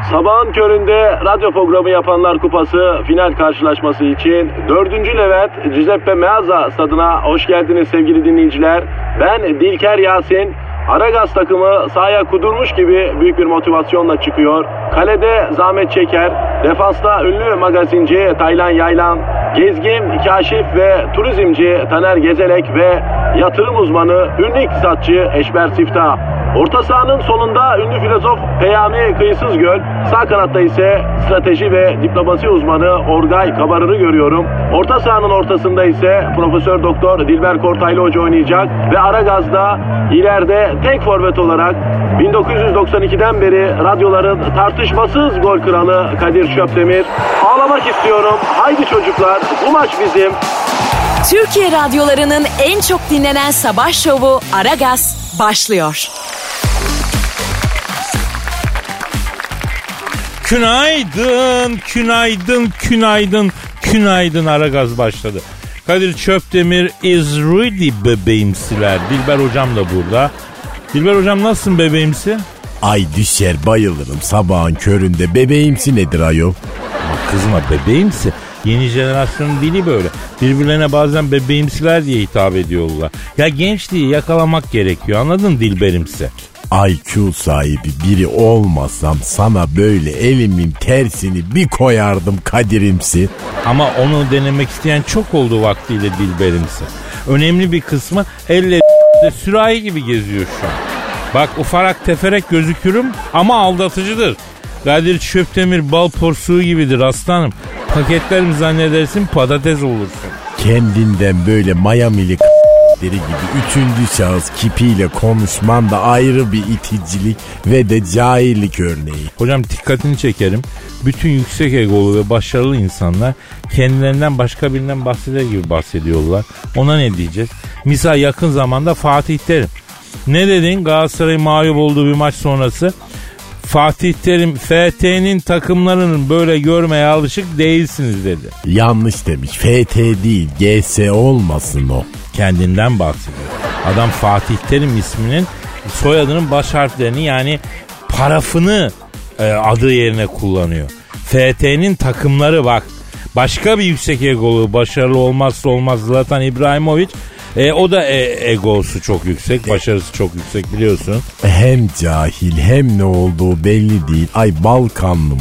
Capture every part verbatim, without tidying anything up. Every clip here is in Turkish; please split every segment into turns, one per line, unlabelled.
Sabahın köründe radyo programı yapanlar kupası final karşılaşması için dördüncü Levent Giuseppe Meazza stadına hoş geldiniz sevgili dinleyiciler. Ben Dilker Yasin. Aragaz takımı sahaya kudurmuş gibi büyük bir motivasyonla çıkıyor. Kalede zahmet çeker. Defansta ünlü magazinci Taylan Yaylan, gezgin, kaşif ve turizmci Taner Gezelek ve yatırım uzmanı ünlü iktisatçı Eşber Siftah. Orta sahanın solunda ünlü filozof Peyami Kıyısız Göl, sağ kanatta ise strateji ve diplomasi uzmanı Orgay Kabarır'ı görüyorum. Orta sahanın ortasında ise Profesör Doktor Dilber Kortaylı Hoca oynayacak ve Aragaz'da ileride tek forvet olarak bin dokuz yüz doksan ikiden beri radyoların tartışmasız gol kralı Kadir Çöpdemir. Ağlamak istiyorum. Haydi çocuklar, bu maç bizim.
Türkiye radyolarının en çok dinlenen sabah şovu Aragaz başlıyor.
Günaydın, günaydın, günaydın, günaydın. Aragaz başladı. Kadir Çöpdemir is ready bebeğimsiler. Dilber hocam da burada. Dilber hocam nasılsın bebeğimsi?
Ay düşer bayılırım sabahın köründe. Bebeğimsi nedir ayol?
Kızma bebeğimsi. Yeni jenerasyonun dili böyle. Birbirlerine bazen bebeğimsiler diye hitap ediyorlar. Ya gençliği yakalamak gerekiyor, anladın Dilberimsi?
I Q sahibi biri olmasam sana böyle elimin tersini bir koyardım Kadir'imsi.
Ama onu denemek isteyen çok oldu vaktiyle Dilberimsi. Önemli bir kısmı elle sürahi gibi geziyor şu an. Bak ufarak teferek gözükürüm ama aldatıcıdır. Kadir Çöpdemir bal porsuğu gibidir aslanım. Paketlerim zannedersin patates olursun.
Kendinden böyle Miami'li gibi üçüncü şahıs kipiyle konuşman da ayrı bir iticilik ve de cahillik örneği.
Hocam dikkatini çekerim. Bütün yüksek egolu ve başarılı insanlar kendilerinden başka birinden bahseder gibi bahsediyorlar. Ona ne diyeceğiz? Misal yakın zamanda Fatih Terim. Ne dedin Galatasaray'ın mağlup olduğu bir maç sonrası? Fatih Terim F T'nin takımlarının böyle görmeye alışık değilsiniz dedi.
Yanlış demiş. F T değil G S olmasın o.
Kendinden bahsediyor. Adam Fatih Terim isminin soyadının baş harflerini yani parafını e, adı yerine kullanıyor. F T'nin takımları bak. Başka bir yüksek egolu başarılı olmazsa olmaz Zlatan İbrahimović. E, o da e, egosu çok yüksek, başarısı çok yüksek biliyorsun.
Hem cahil hem ne olduğu belli değil. Ay Balkanlı mı?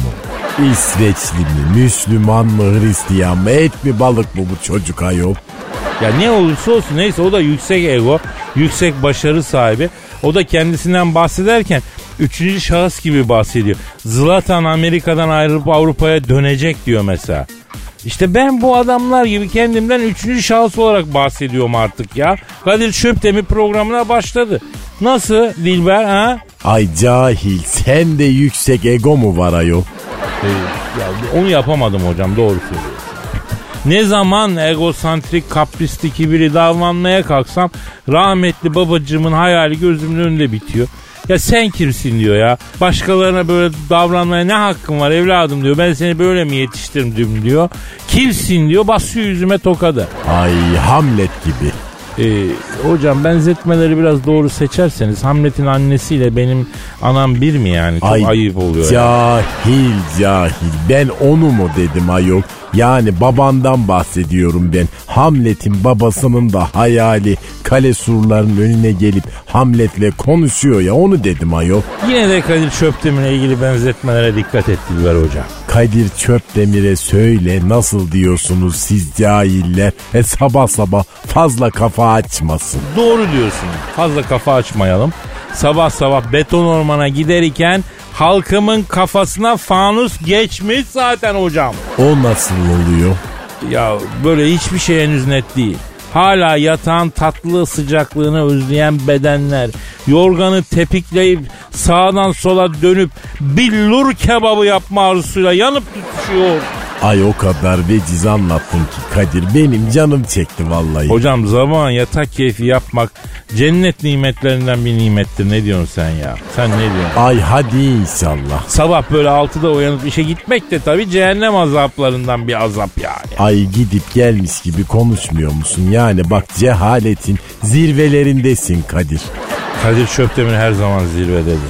İsveçli mi? Müslüman mı? Hristiyan mı? Et mi balık mı bu çocuk ayol?
Ya ne olursa olsun neyse o da yüksek ego, yüksek başarı sahibi. O da kendisinden bahsederken üçüncü şahıs gibi bahsediyor. Zlatan Amerika'dan ayrılıp Avrupa'ya dönecek diyor mesela. İşte ben bu adamlar gibi kendimden üçüncü şahıs olarak bahsediyorum artık ya. Kadir Çöpdemir programına başladı. Nasıl Dilber ha?
Ay cahil sende yüksek ego mu var ayol?
Ee, ya onu yapamadım hocam, doğru söylüyorsun. Ne zaman egosantrik, kaprisli, kibirli davranmaya kalksam rahmetli babacığımın hayali gözümün önünde bitiyor. Ya sen kimsin diyor ya. Başkalarına böyle davranmaya ne hakkın var evladım diyor. Ben seni böyle mi yetiştirdim diyor. Kimsin diyor, basıyor yüzüme tokadı.
Ay Hamlet gibi.
Ee, hocam benzetmeleri biraz doğru seçerseniz Hamlet'in annesiyle benim anam bir mi yani? Çok
Ay,
ayıp oluyor.
Cahil yani. cahil. Ben onu mu dedim ayol? Yani babandan bahsediyorum ben. Hamlet'in babasının da hayali kale surlarının önüne gelip Hamlet'le konuşuyor ya, onu dedim ayol.
Yine de Kadir Çöpdemir'le ilgili benzetmelere dikkat et Dilber hocam.
Kadir Çöpdemir'e söyle nasıl diyorsunuz siz cahiller? E sabah sabah fazla kafa açmasın.
Doğru diyorsun. Fazla kafa açmayalım. Sabah sabah beton ormana giderken halkımın kafasına fanus geçmiş zaten hocam.
O nasıl oluyor?
Ya böyle hiçbir şey henüz net değil. Hala yatağın tatlı sıcaklığını özleyen bedenler, yorganı tepikleyip sağdan sola dönüp billur kebabı yapma arzusuyla yanıp tutuşuyor.
Ay o kadar veciz anlattın ki Kadir, benim canım çekti vallahi.
Hocam zaman yatak keyfi yapmak cennet nimetlerinden bir nimettir. Ne diyorsun sen ya? Sen ne diyorsun?
Ay hadi inşallah.
Sabah böyle altıda uyanıp işe gitmek de tabii cehennem azaplarından bir azap yani.
Ay gidip gelmiş gibi konuşmuyor musun? Yani bak cehaletin zirvelerindesin Kadir.
Kadir Çöpdemir her zaman zirvededir.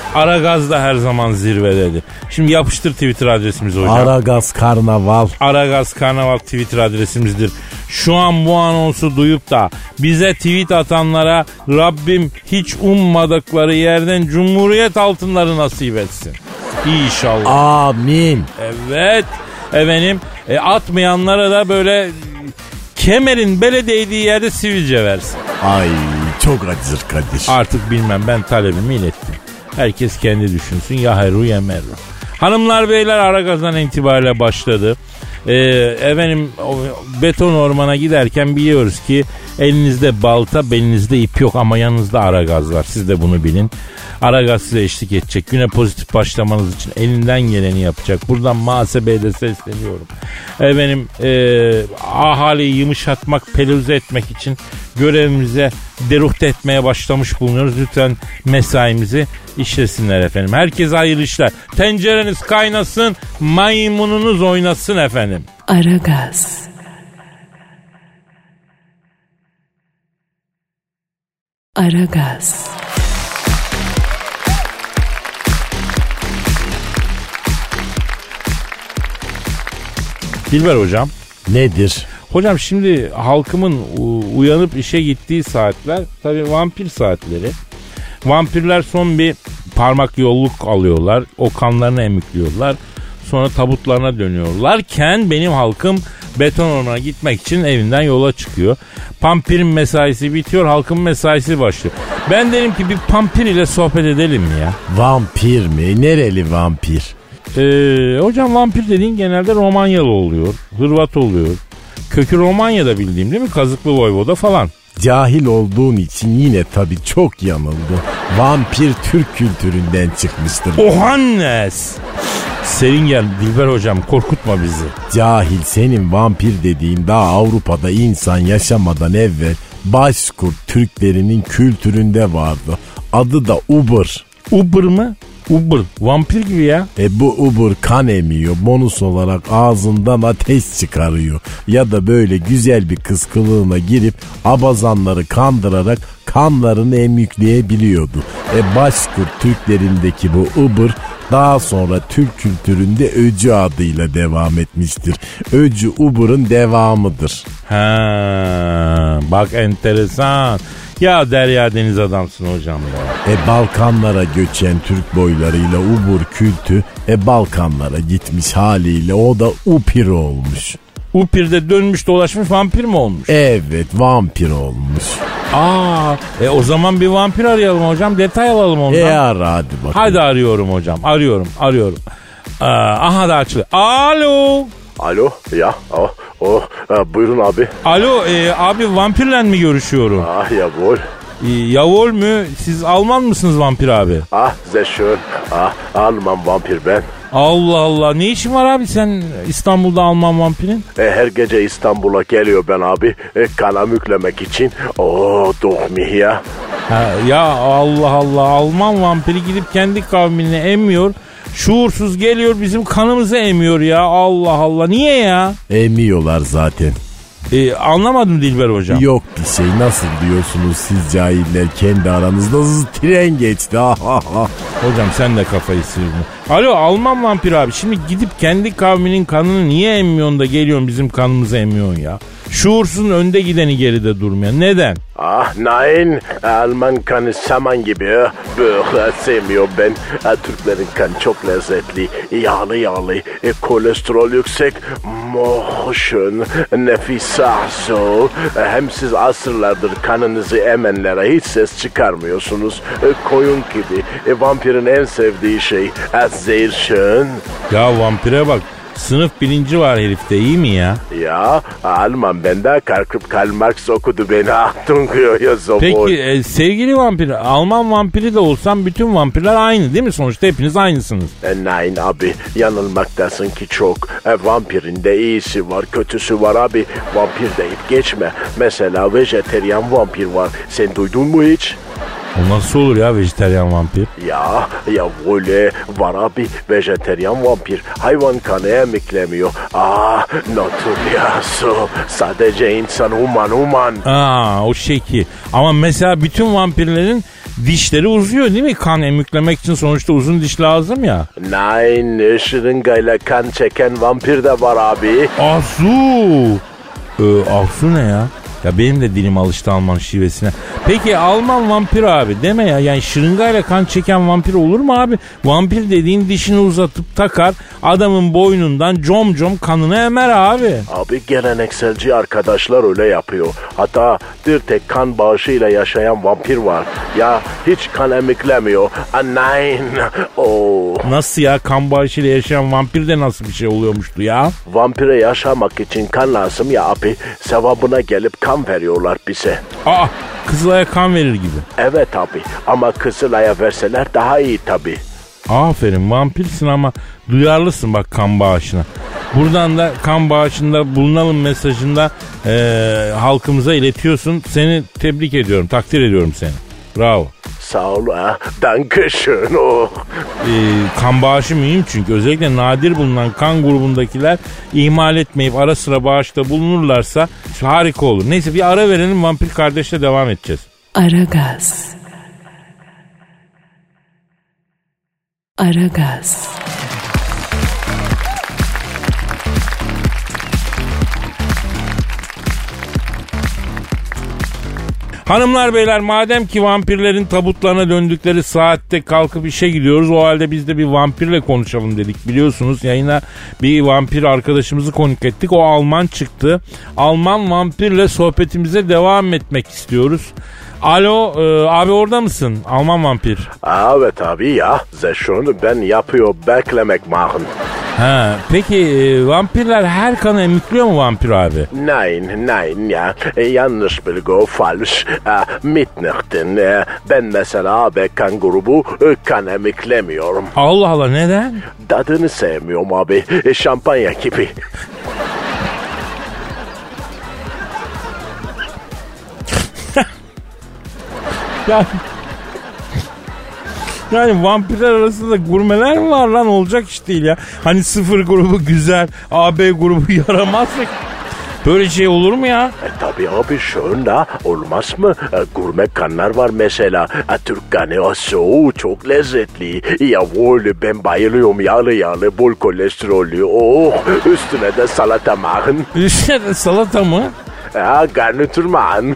Aragaz da her zaman zirvededir. Şimdi yapıştır Twitter adresimizi hocam.
Aragaz Karnaval.
Aragaz Karnaval Twitter adresimizdir. Şu an bu anonsu duyup da bize tweet atanlara Rabbim hiç ummadıkları yerden Cumhuriyet altınları nasip etsin. İnşallah.
Amin.
Evet efendim, e, atmayanlara da böyle kemerin bele değdiği yerde sivilce versin.
Ay çok acır Kadir.
Artık bilmem, ben talebimi ilettim. Herkes kendi düşünsün, ya hayru ya merru. Hanımlar beyler, Aragaz'dan itibariyle başladı. Ee, efendim beton ormana giderken biliyoruz ki elinizde balta, belinizde ip yok ama yanınızda Aragaz var. Siz de bunu bilin. Aragaz size eşlik edecek. Güne pozitif başlamanız için elinden geleni yapacak. Buradan muhasebeye de sesleniyorum. Efendim e, ahaliyi yumuşatmak, pelüze etmek için görevimize deruhte etmeye başlamış bulunuyoruz. Lütfen mesaimizi işlesinler efendim. Herkese hayırlı işler. Tencereniz kaynasın, maymununuz oynasın efendim.
Aragaz. Aragaz.
Dilber hocam.
Nedir?
Hocam şimdi halkımın uyanıp işe gittiği saatler tabii vampir saatleri. Vampirler son bir parmak yolluk alıyorlar. O kanlarını emikliyorlar. Sonra tabutlarına dönüyorlarken benim halkım beton ormana gitmek için evinden yola çıkıyor. Pampirin mesaisi bitiyor, halkın mesaisi başlıyor. Ben dedim ki bir pampir ile sohbet edelim mi ya?
Vampir mi? Nereli vampir?
Ee, hocam vampir dediğin genelde Romanyalı oluyor, Hırvat oluyor. Kökü Romanya'da bildiğim değil mi? Kazıklı Voyvoda falan.
Cahil olduğun için yine tabii çok yanıldı. Vampir Türk kültüründen çıkmıştır.
Ohannes! Serin gel Dilber hocam, korkutma bizi.
Cahil, senin vampir dediğin daha Avrupa'da insan yaşamadan evvel Başkurt Türklerinin kültüründe vardı. Adı da Ubır.
Ubır mı? Ubır. Vampir gibi ya.
E bu Ubır kan emiyor. Bonus olarak ağzından ateş çıkarıyor. Ya da böyle güzel bir kız kılığına girip abazanları kandırarak kanlarını emükleyebiliyordu. E Başkurt Türklerindeki bu Ubır daha sonra Türk kültüründe Öcü adıyla devam etmiştir. Öcü Ubur'un devamıdır.
Ha, bak enteresan. Ya derya deniz adamsın hocam ya.
E Balkanlara göçen Türk boylarıyla Ubur kültü e Balkanlara gitmiş haliyle o da Upir olmuş.
Upir'de dönmüş dolaşmış vampir mi olmuş?
Evet, vampir olmuş.
Aa, e o zaman bir vampir arayalım hocam, detay alalım ondan.
E ara hadi bakalım.
Hadi arıyorum hocam, arıyorum arıyorum. Aa, aha da açılıyor. Alo.
Alo ya o, o e, buyurun abi.
Alo e, abi, vampirle mi görüşüyorum?
Ah jawohl.
E, jawohl mü? Siz Alman mısınız vampir abi?
Ah sehr schön. Ah Alman vampir ben.
Allah Allah, ne işin var abi sen İstanbul'da Alman vampirin?
E, her gece İstanbul'a geliyor ben abi. E, kana müklemek için. Oo doch mich ya.
Ha, ya Allah Allah, Alman vampiri gidip kendi kavmini emmiyor. Şuursuz geliyor bizim kanımızı emiyor ya, Allah Allah, niye ya?
Emiyorlar zaten.
Ee, anlamadım Dilber hocam.
Yok bir şey, nasıl diyorsunuz siz cahiller kendi aranızda, hızlı tren geçti.
Hocam sen de kafayı sıyırdın. Alo Alman vampir abi, şimdi gidip kendi kavminin kanını niye emmiyorsun da geliyorsun bizim kanımızı emmiyorsun ya? Şuursuzun önde gideni geride durmuyor. Neden?
Ah nein, Alman kanı saman gibi. Böyle sevmiyorum ben. Türklerin kanı çok lezzetli. Yağlı yağlı. E, kolesterol yüksek. Oh, schön. Nefis so. Hem siz asırlardır kanınızı emenlere hiç ses çıkarmıyorsunuz. E, koyun gibi. E, vampirin en sevdiği şey. Sehr schön.
Ya vampire bak. Sınıf bilinci var herifte, iyi mi ya?
Ya Alman bende kalkıp Karl Marx okudu beni. Achtung ya so.
Peki e, sevgili vampir, Alman vampiri de olsam bütün vampirler aynı değil mi? Sonuçta hepiniz aynısınız.
E, nein abi, yanılmaktasın ki çok. E, vampirin de iyisi var, kötüsü var abi. Vampir deyip geçme. Mesela vejeteryan vampir var. Sen duydun mu hiç?
O nasıl olur ya vejeteryan vampir?
Ya ya böyle var abi vejeteryan vampir. Hayvan kanı emiklemiyor. Aa nasıl ya su. Sadece insan human human.
Aa o şekil. Ama mesela bütün vampirlerin dişleri uzuyor değil mi? Kan emüklemek için sonuçta uzun diş lazım ya.
Nein, şırıngayla kan çeken vampir de var abi.
Asu. Ee, Asu ne ya? Ya benim de dilim alıştı Alman şivesine. Peki Alman vampir abi deme ya. Yani şırıngayla kan çeken vampir olur mu abi? Vampir dediğin dişini uzatıp takar. Adamın boynundan com com kanını emer abi.
Abi gelenekselci arkadaşlar öyle yapıyor. Hatta bir tek kan bağışıyla yaşayan vampir var. Ya hiç kan emiklemiyor. Nein. Oh.
Nasıl ya? Kan bağışıyla yaşayan vampir de nasıl bir şey oluyormuştu ya?
Vampire yaşamak için kan lazım ya abi. Sevabına gelip kan veriyorlar bize.
Aa, Kızılay'a kan verir gibi.
Evet abi ama Kızılay'a verseler daha iyi tabii.
Aferin, vampirsin ama duyarlısın bak kan bağışına. Buradan da kan bağışında bulunalım mesajında e, halkımıza iletiyorsun. Seni tebrik ediyorum, takdir ediyorum seni. Bravo.
Sağ ol ha. Dankeschön. Oh.
E, kan bağışı mühim çünkü özellikle nadir bulunan kan grubundakiler ihmal etmeyip ara sıra bağışta bulunurlarsa harika olur. Neyse bir ara verelim, vampir kardeşle devam edeceğiz.
Aragaz. Aragaz.
Hanımlar beyler, madem ki vampirlerin tabutlarına döndükleri saatte kalkıp işe gidiyoruz, o halde biz de bir vampirle konuşalım dedik. Biliyorsunuz yayına bir vampir arkadaşımızı konuk ettik. O Alman çıktı. Alman vampirle sohbetimize devam etmek istiyoruz. Alo e, abi, orada mısın? Alman vampir.
Evet abi ya. Zeşonu ben yapıyor beklemek machen.
Ha, peki e, vampirler her kanı emikliyor mu vampir abi?
Nein, nein ya. E, yanlış bilgi, falsch. E, mitnichten. E, ben mesela abi kan grubu e, kan emiklemiyorum.
Allah Allah, neden?
Tadını sevmiyorum abi. E, şampanya gibi.
Yani, yani vampirler arasında gurmeler mi var lan, olacak iş değil ya. Hani sıfır grubu güzel, A B grubu yaramazsa böyle şey olur mu ya?
E, tabii abi şöyle olmaz mı? E, gurme kanlar var mesela. E, Türk kanı aso çok lezzetli. Ya böyle ben bayılıyorum, yağlı yağlı, bol kolesterollü. Oh, üstüne de salata machen.
Üstüne de salata mı?
Ya garnitür machen.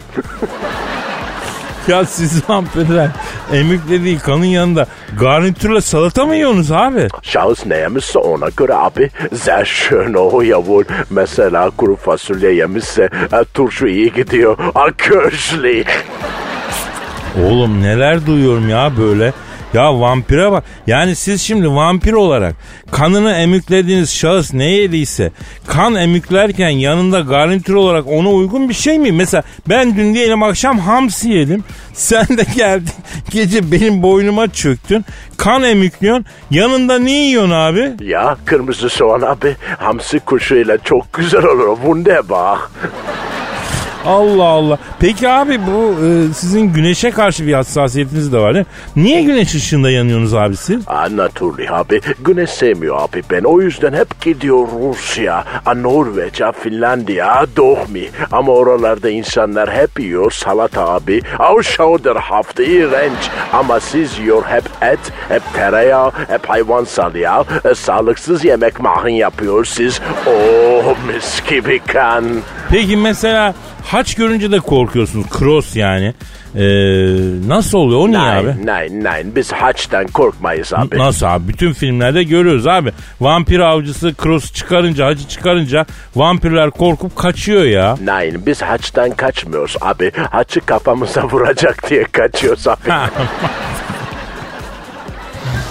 Ya siz vampirler emiklediği kanın yanında garnitürle salata mı yiyorsunuz abi?
Şahıs ne yemişse ona göre abi. Sehr schön o yavul. Mesela kuru fasulye yemişse e, turşu iyi gidiyor. Akışlı.
Oğlum neler duyuyorum ya böyle. Ya vampire bak. Yani siz şimdi vampir olarak kanını emiklediğiniz şahıs ne yediyse kan emiklerken yanında garnitür olarak ona uygun bir şey mi? Mesela ben dün diyelim akşam hamsi yedim. Sen de geldin gece benim boynuma çöktün. Kan emikliyorsun. Yanında ne yiyorsun abi?
Ya kırmızı soğan abi. Hamsi kuşuyla çok güzel olur. Wunderbar.
Allah Allah. Peki abi bu e, sizin güneşe karşı bir hassasiyetiniz de var değil mi? Niye güneş ışığında yanıyorsunuz abi siz?
Anatoly abi. Güneş sevmiyor abi ben. O yüzden hep gidiyor Rusya, Norveç, Finlandiya, Doğmi. Ama oralarda insanlar hep yiyor salata abi. Ausschauderhaft, iğrenç. Ama siz yiyor hep et, hep tereyağı, hep hayvansal yağ. E, sağlıksız yemek mahın yapıyor siz. Oh mis gibi kan.
Peki mesela haç görünce de korkuyorsunuz. Cross yani. Ee, nasıl oluyor? O niye
nein,
abi?
Nein, nein. Biz haçtan korkmayız abi.
Nasıl abi? Bütün filmlerde görüyoruz abi. Vampir avcısı cross çıkarınca, hacı çıkarınca vampirler korkup kaçıyor ya.
Nein, biz haçtan kaçmıyoruz abi. Haçı kafamıza vuracak diye kaçıyoruz abi.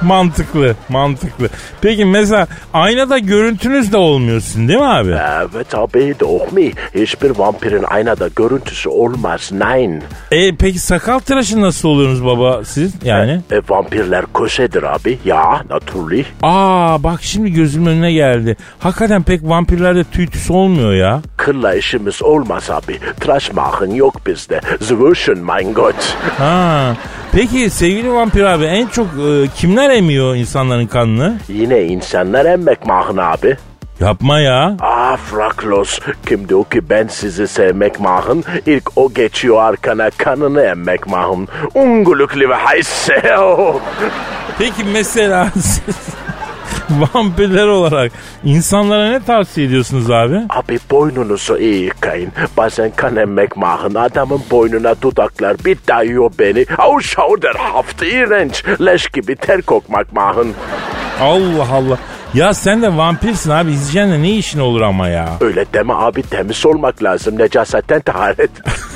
Mantıklı, mantıklı. Peki mesela aynada görüntünüz de olmuyorsun değil mi abi?
Evet abi, doğru mu? Hiçbir vampirin aynada görüntüsü olmaz. Nein.
E peki sakal tıraşı nasıl oluyorsunuz baba siz yani?
E, vampirler kösedir abi. Ya, natürlich.
Aa bak şimdi gözümün önüne geldi. Hakikaten pek vampirlerde tüy tüsü olmuyor ya.
Kılla işimiz olmaz abi. Tıraş machen yok bizde. Zwischen, mein Gott.
Ha. Peki sevgili vampir abi en çok e, kimler emiyor insanların kanını?
Yine insanlar emmek machen abi.
Yapma ya.
Ah Fraklos, kim diyor ki ben sizi sevmek machen, ilk o geçiyor arkana kanını emmek machen. Unglückli ve heiße.
Peki mesela siz vampirler olarak insanlara ne tavsiye ediyorsunuz abi?
Abi boynunuzu iyi yıkayın. Bazen kan emmek machen. Adamın boynuna dudaklar bir dayıyor beni. Au schauderhaft, iğrenç. Leş gibi ter kokmak machen.
Allah Allah. Ya sen de vampirsin abi. Hijyenle ne işin olur ama ya?
Öyle deme abi, temiz olmak lazım. Necasetten taharet.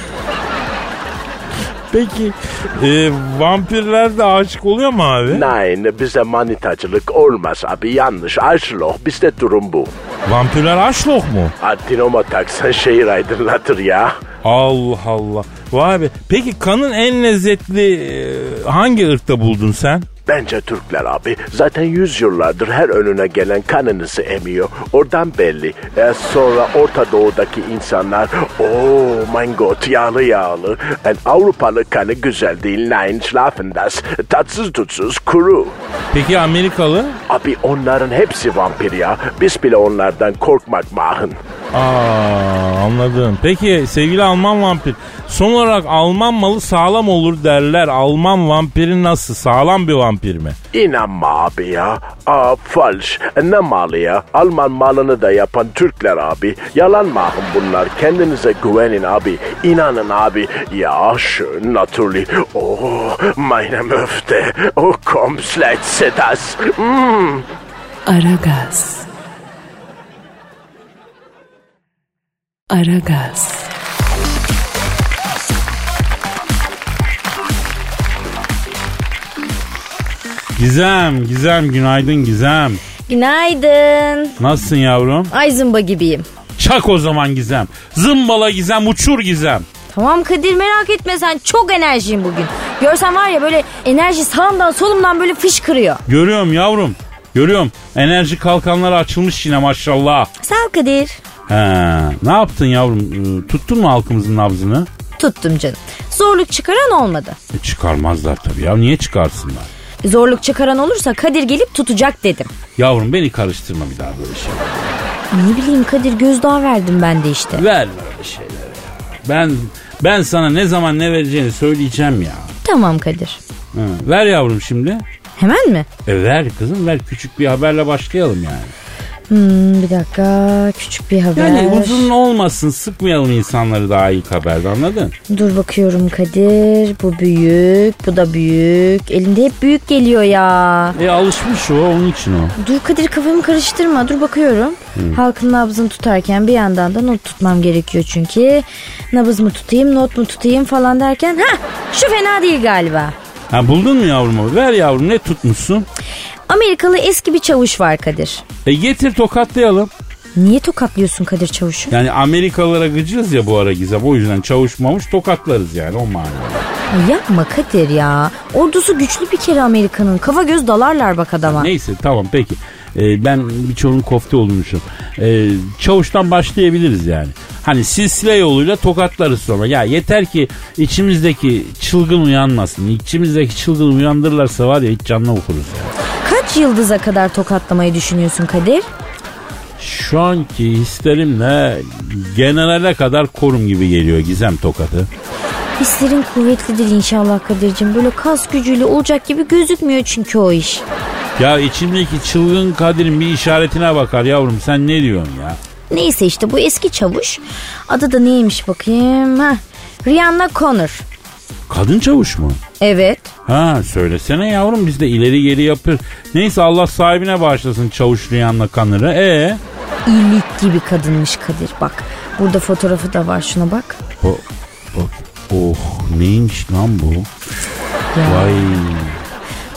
Peki e, vampirler de aşık oluyor mu abi?
Nein, bize manitacılık olmaz abi, yanlış. Arschloch, bizde durum bu.
Vampirler aşloh mu?
Dinamo taksan şehir aydınlatır ya.
Allah Allah. Vay be. Peki kanın en lezzetli e, hangi ırkta buldun sen?
Bence Türkler abi. Zaten yüzyıllardır her önüne gelen kanınızı emiyor. Oradan belli. E sonra Orta Doğu'daki insanlar, oh mein Gott, yağlı yağlı. En Avrupalı kanı güzel değil. Nein, schlafen das. Tatsız tutsuz, kuru.
Peki Amerikalı?
Abi onların hepsi vampir ya. Biz bile onlardan korkmak machen.
Aa anladım. Peki sevgili Alman vampir. Son olarak Alman malı sağlam olur derler. Alman vampiri nasıl? Sağlam bir vampir mi?
İnanma abi ya. Aa falş. Ne malı ya? Alman malını da yapan Türkler abi. Yalan machen bunlar. Kendinize güvenin abi. İnanın abi. Ya schön natürlich. Oh meine Möfte. Oh komm, schlätze das. Mm.
Aragaz. Aragaz.
Gizem, Gizem günaydın Gizem.
Günaydın.
Nasılsın yavrum?
Ay zımba gibiyim.
Çak o zaman Gizem. Zımbala Gizem, uçur Gizem.
Tamam Kadir, merak etme sen, çok enerjiyim bugün. Görsen var ya, böyle enerji sağımdan solumdan böyle fışkırıyor.
Görüyorum yavrum. Görüyorum. Enerji kalkanları açılmış yine maşallah.
Sağ ol Kadir.
He, ne yaptın yavrum? Tuttun mu halkımızın nabzını?
Tuttum canım. Zorluk çıkaran olmadı.
E çıkarmazlar tabii ya. Niye çıkarsınlar?
Zorluk çıkaran olursa Kadir gelip tutacak dedim.
Yavrum beni karıştırma bir daha böyle şey.
Ne bileyim Kadir, gözdağı verdim ben de işte.
Ver böyle şeyleri. Ben ben sana ne zaman ne vereceğini söyleyeceğim ya.
Tamam Kadir.
Ha, ver yavrum şimdi.
Hemen mi?
E ver kızım, ver, küçük bir haberle başlayalım yani.
Hmm, bir dakika, küçük bir haber.
Yani uzun olmasın, sıkmayalım insanları daha ilk haberde, anladın?
Dur bakıyorum Kadir, bu büyük, bu da büyük. Elinde hep büyük geliyor ya.
E alışmış o, onun için o.
Dur Kadir, kafamı karıştırma, dur bakıyorum. Hmm. Halkın nabzını tutarken bir yandan da not tutmam gerekiyor çünkü. Nabız mı tutayım, not mu tutayım falan derken, ha şu fena değil galiba.
Ha buldun mu yavrum o? Ver yavrum, ne tutmuşsun?
Amerikalı eski bir çavuş var Kadir.
E getir tokatlayalım.
Niye tokatlıyorsun Kadir çavuşu?
Yani Amerikalılara gıcığız ya bu ara Gizem. O yüzden çavuş mavuş tokatlarız yani, o manada.
Ay yapma Kadir ya. Ordusu güçlü bir kere Amerika'nın. Kafa göz dalarlar bak adama.
Neyse tamam peki. Ee, ben birçoğunun kofte olmuşum. Ee, çavuştan başlayabiliriz yani. Hani silsile yoluyla tokatlarız sonra. Ya yeter ki içimizdeki çılgın uyanmasın. İçimizdeki çılgın uyandırırlarsa var ya, hiç canına okuruz yani.
Kaç yıldıza kadar tokatlamayı düşünüyorsun Kadir?
Şu anki hislerimle generale kadar korum gibi geliyor Gizem tokatı.
Hislerin kuvvetlidir inşallah Kadir'cim. Böyle kas gücüyle olacak gibi gözükmüyor çünkü o iş.
Ya içimdeki çılgın Kadir'in bir işaretine bakar yavrum, sen ne diyorsun ya?
Neyse işte bu eski çavuş. Adı da neymiş bakayım? Heh, Rihanna Connor.
Kadın çavuş mu?
Evet.
Ha söylesene yavrum, biz de ileri geri yapır. Neyse Allah sahibine bağışlasın çavuş Rihanna Connor'ı. Ee?
İyilik gibi kadınmış Kadir, bak. Burada fotoğrafı da var, şuna bak.
O, bak. Oh neymiş lan bu?
Ya.
Vay.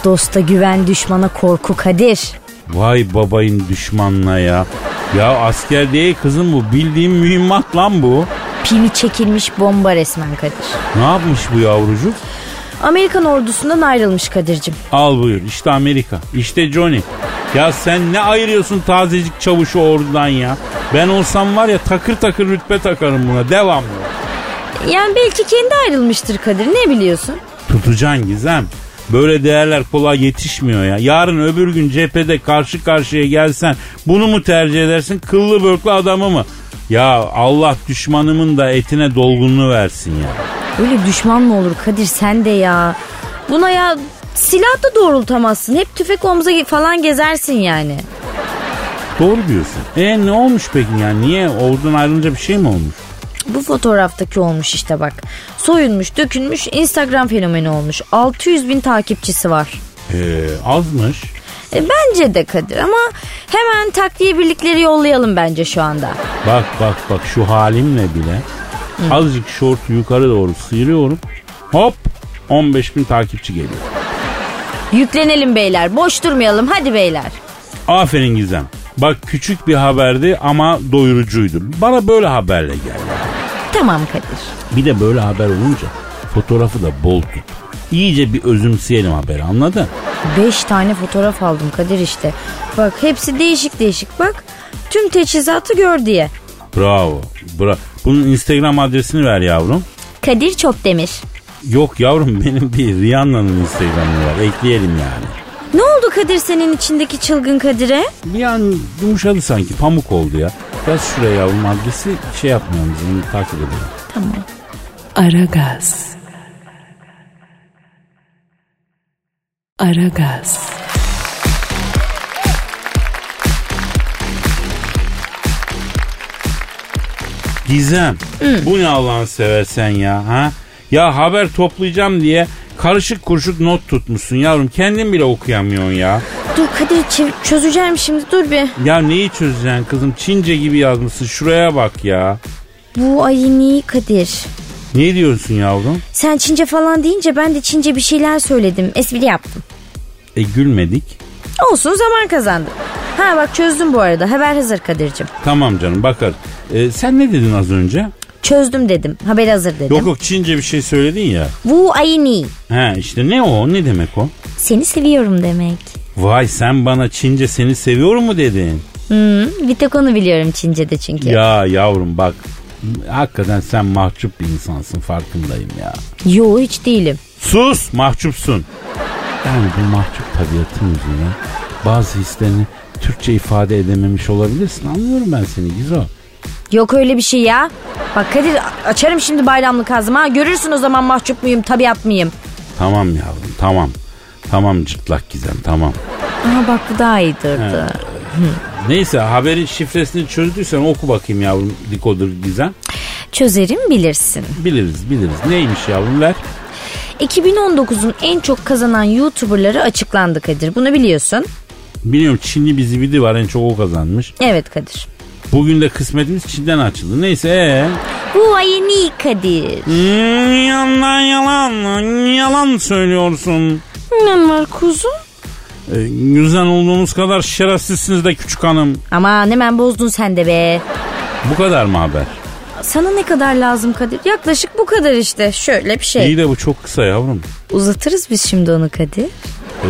dosta güven, düşmana korku Kadir.
Vay babayın düşmanına ya. Ya asker değil kızım bu, bildiğin mühimmat lan bu.
Pimi çekilmiş bomba resmen Kadir.
Ne yapmış bu yavrucuk?
Amerikan ordusundan ayrılmış Kadir'cim.
Al buyur, işte Amerika, işte Johnny. Ya sen ne ayırıyorsun tazecik çavuşu ordudan ya? Ben olsam var ya takır takır rütbe takarım buna devamlı.
Yani belki kendi ayrılmıştır Kadir, ne biliyorsun?
Tutacaksın Gizem. Böyle değerler kolay yetişmiyor ya. Yarın öbür gün cephede karşı karşıya gelsen bunu mu tercih edersin, kıllı börklü adamı mı? Ya Allah düşmanımın da etine dolgunluğu versin ya.
Öyle düşman mı olur Kadir, sen de ya. Buna ya silah da doğrultamazsın. Hep tüfek omza falan gezersin yani.
Doğru diyorsun. E ne olmuş peki yani? Niye? Oradan ayrılınca bir şey mi olmuş?
Bu fotoğraftaki olmuş işte bak. Soyunmuş, dökülmüş, Instagram fenomeni olmuş. altı yüz bin takipçisi var.
Ee, azmış.
E, bence de Kadir ama hemen takviye birlikleri yollayalım bence şu anda.
Bak bak bak şu halimle bile Hı. azıcık şortu yukarı doğru sıyırıyorum. Hop on beş bin takipçi geliyor.
Yüklenelim beyler, boş durmayalım hadi beyler.
Aferin Gizem. Bak küçük bir haberdi ama doyurucuydu. Bana böyle haberle gel.
Tamam Kadir.
Bir de böyle haber olunca fotoğrafı da bol tut. İyice bir özümseyelim haberi, anladın?
Beş tane fotoğraf aldım Kadir işte. Bak hepsi değişik değişik bak. Tüm teçhizatı gör diye.
Bravo. Bra Bunun Instagram adresini ver yavrum.
Kadir Çopdemir.
Yok yavrum benim değil, Rihanna'nın Instagram'ı var. Ekleyelim yani.
Ne oldu Kadir senin içindeki çılgın Kadir'e?
Bir an yumuşadı sanki, pamuk oldu ya. Yaz şuraya yavrum adresi, şey yapmayalım, onu takip edelim.
Tamam.
Aragaz. Aragaz.
Gizem, Hı. bu ne Allah'ını seversen ya, ha? Ya haber toplayacağım diye karışık kuruşuk not tutmuşsun yavrum, kendin bile okuyamıyorsun ya.
Dur Kadir çözeceğim şimdi, dur bir.
Ya neyi çözeceksin kızım, Çince gibi yazmışsın, şuraya bak ya.
Bu ayini Kadir.
Ne diyorsun yavrum?
Sen Çince falan deyince ben de Çince bir şeyler söyledim, espri yaptım.
E gülmedik.
Olsun, zaman kazandım. Ha bak çözdüm bu arada, haber hazır Kadir'cim.
Tamam canım bakar. E, sen ne dedin az önce?
Çözdüm dedim, haber hazır dedim.
Yok yok Çince bir şey söyledin ya.
Bu ayini.
He işte ne o, ne demek o?
Seni seviyorum demek.
Vay sen bana Çince seni seviyorum mu dedin?
Hmm, bir tek onu biliyorum Çince'de çünkü.
Ya yavrum bak hakikaten sen mahcup bir insansın, farkındayım ya.
Yo hiç değilim.
Sus, mahcupsun. Yani bu mahcup tabiatın yüzüne bazı hislerini Türkçe ifade edememiş olabilirsin. Anlıyorum ben seni Gizo.
Yok öyle bir şey ya. Bak Kadir açarım şimdi bayramlık ağzımı ha. Görürsün o zaman mahcup muyum, tabiat mıyım?
Tamam yavrum tamam. Tamam cırtlak Gizem tamam.
Aha bak bu daha iyi durdu.
Neyse haberin şifresini çözdüysen oku bakayım yavrum Dikodur Gizem.
Çözerim bilirsin.
Biliriz biliriz. Neymiş yavrum ver.
iki bin on dokuzun en çok kazanan YouTuber'ları açıklandı Kadir. Bunu biliyorsun.
Biliyorum, Çinli bir zibidi var, en çok o kazanmış.
Evet Kadir.
Bugün de kısmetimiz Çin'den açıldı. Neyse ee?
Bu ayını Kadir.
Hmm, yalan yalan. Yalan söylüyorsun.
Ne var kuzum?
Ee, güzel olduğunuz kadar şerefsizsiniz de küçük hanım.
Aman hemen bozdun sen de be.
Bu kadar mı haber?
Sana ne kadar lazım Kadir? Yaklaşık bu kadar işte. Şöyle bir şey.
İyi de bu çok kısa yavrum.
Uzatırız biz şimdi onu Kadir.
Ee,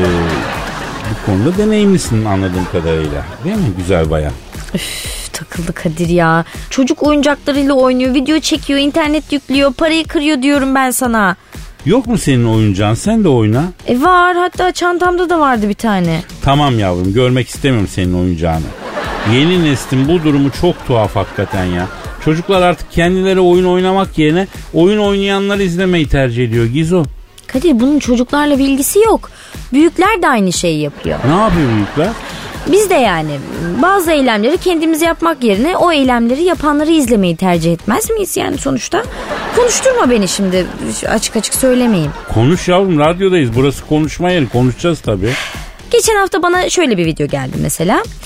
bu konuda deneyimlisin anladığım kadarıyla. Değil mi güzel bayan?
Üf, takıldı Kadir ya. Çocuk oyuncaklarıyla oynuyor, video çekiyor, internet yüklüyor, parayı kırıyor diyorum ben sana.
Yok mu senin oyuncağın? Sen de oyna.
E var, hatta çantamda da vardı bir tane.
Tamam yavrum, görmek istemiyorum senin oyuncağını. Yeni neslin bu durumu çok tuhaf hakikaten ya. Çocuklar artık kendileri oyun oynamak yerine oyun oynayanları izlemeyi tercih ediyor Gizo.
Kadir bunun çocuklarla bir ilgisi yok. Büyükler de aynı şeyi yapıyor.
Ne yapıyor büyükler?
Biz de yani bazı eylemleri kendimiz yapmak yerine o eylemleri yapanları izlemeyi tercih etmez miyiz yani sonuçta? Konuşturma beni şimdi, açık açık söylemeyeyim.
Konuş yavrum, radyodayız, burası konuşma yeri, konuşacağız tabii.
Geçen hafta bana şöyle bir video geldi mesela.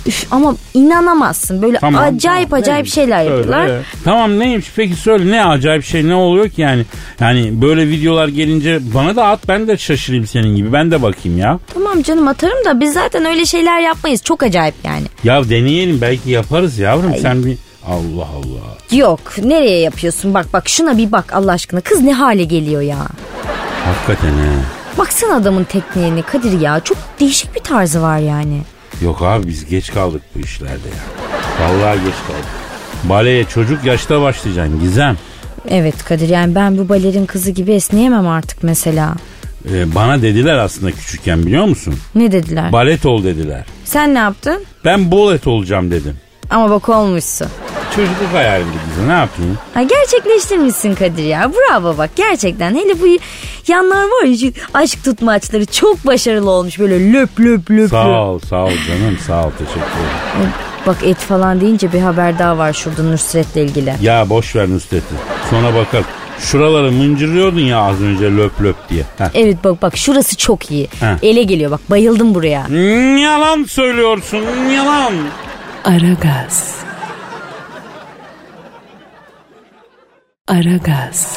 Üf, ama inanamazsın. Böyle
Tamam,
acayip
tamam.
acayip
Neymiş?
şeyler
Söyle,
yapıyorlar.
evet. Tamam neymiş peki söyle ne acayip şey ne oluyor ki yani? Yani böyle videolar gelince bana da at ben de şaşırayım senin gibi ben de bakayım ya.
Tamam canım atarım da biz zaten öyle şeyler yapmayız. Çok acayip yani.
Ya deneyelim belki yaparız yavrum. Ay. Sen bir Allah Allah.
Yok nereye yapıyorsun bak bak şuna bir bak Allah aşkına. Kız ne hale geliyor ya.
Hakikaten he.
Baksana adamın tekniğini Kadir ya. Çok değişik bir tarzı var yani.
Yok abi biz geç kaldık bu işlerde ya. Vallahi geç kaldık. Baleye çocuk yaşta başlayacaksın Gizem.
Evet Kadir yani ben bu balerin kızı gibi esneyemem artık mesela.
Ee, bana dediler aslında küçükken biliyor musun?
Ne dediler?
Balet ol dediler.
Sen ne yaptın?
Ben bolet olacağım dedim.
Ama bak olmuşsun.
Çocukluk hayalimdi Gizem ne yapayım?
Ha, gerçekleştirmişsin Kadir ya. Bravo bak gerçekten. Hele bu yanlar var ya şu aşk tutmaçları çok başarılı olmuş. Böyle löp löp löp.
Sağ
löp.
ol sağ ol canım sağ ol teşekkür ederim.
Bak et falan deyince bir haber daha var şurada Nusret'le ilgili.
Ya boş ver Nusret'i. Sonra bakar. Şuraları mıncırıyordun ya az önce löp löp diye. Heh.
Evet bak bak şurası çok iyi.
Heh.
Ele geliyor bak bayıldım buraya.
Yalan söylüyorsun yalan.
Aragaz. Aragaz.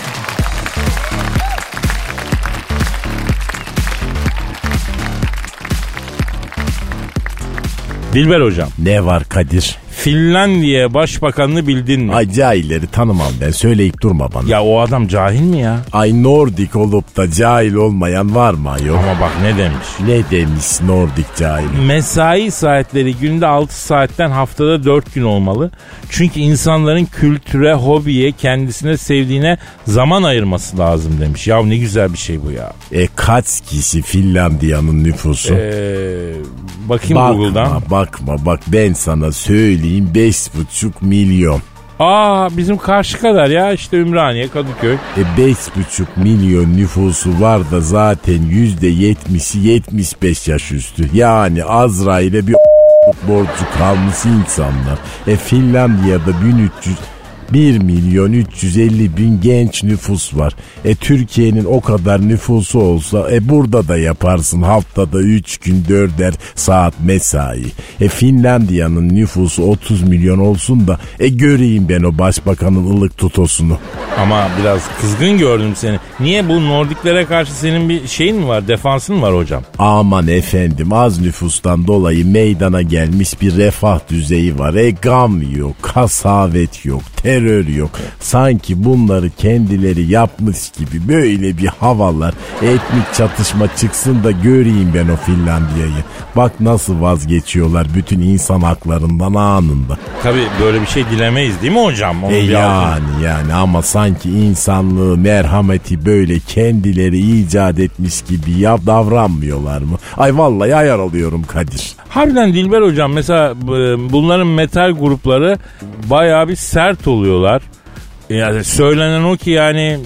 Dilber hocam.
Ne var Kadir?
Finlandiya başbakanını bildin mi?
Ay cahilleri tanımam ben söyleyip durma bana.
Ya o adam cahil mi ya?
Ay Nordik olup da cahil olmayan var mı yok?
Ama bak ne demiş?
Ne demiş Nordik cahil?
Mesai saatleri günde altı saatten haftada dört gün olmalı. Çünkü insanların kültüre, hobiye, kendisine sevdiğine zaman ayırması lazım demiş. Ya ne güzel bir şey bu ya.
E kaç kişi Finlandiya'nın nüfusu?
Eee... Bakayım
bakma,
Google'dan.
Bakma bak ben sana söyleyeyim beş buçuk milyon.
Aa bizim karşı kadar ya işte Ümraniye, Kadıköy.
E beş buçuk milyon nüfusu var da zaten yüzde yetmişi yetmiş beş yaş üstü. Yani Azrail'e bir borcu kalmış insanlar. E Finlandiya'da bin üç yüz bir milyon üç yüz elli bin genç nüfus var. E Türkiye'nin o kadar nüfusu olsa e burada da yaparsın haftada üç gün dörder saat mesai. E Finlandiya'nın nüfusu otuz milyon olsun da e göreyim ben o başbakanın ılık tutosunu.
Ama biraz kızgın gördüm seni. Niye bu Nordiklere karşı senin bir şeyin mi var, defansın mı var hocam?
Aman efendim az nüfustan dolayı meydana gelmiş bir refah düzeyi var. E gam yok, kasavet yok, terör yok. Sanki bunları kendileri yapmış gibi böyle bir havalar. Etnik çatışma çıksın da göreyim ben o Finlandiya'yı. Bak nasıl vazgeçiyorlar bütün insan haklarından anında.
Tabii böyle bir şey dilemeyiz değil mi hocam? Onu
E
bir
yani
altın.
yani ama sanki insanlığı, merhameti böyle kendileri icat etmiş gibi yap davranmıyorlar mı? Ay vallahi ayar alıyorum Kadir.
Harbiden Dilber hocam mesela bunların metal grupları bayağı bir sert oluyorlar. Yani söylenen o ki yani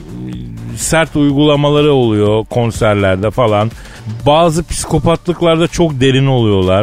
sert uygulamaları oluyor konserlerde falan. Bazı psikopatlıklarda çok derin oluyorlar.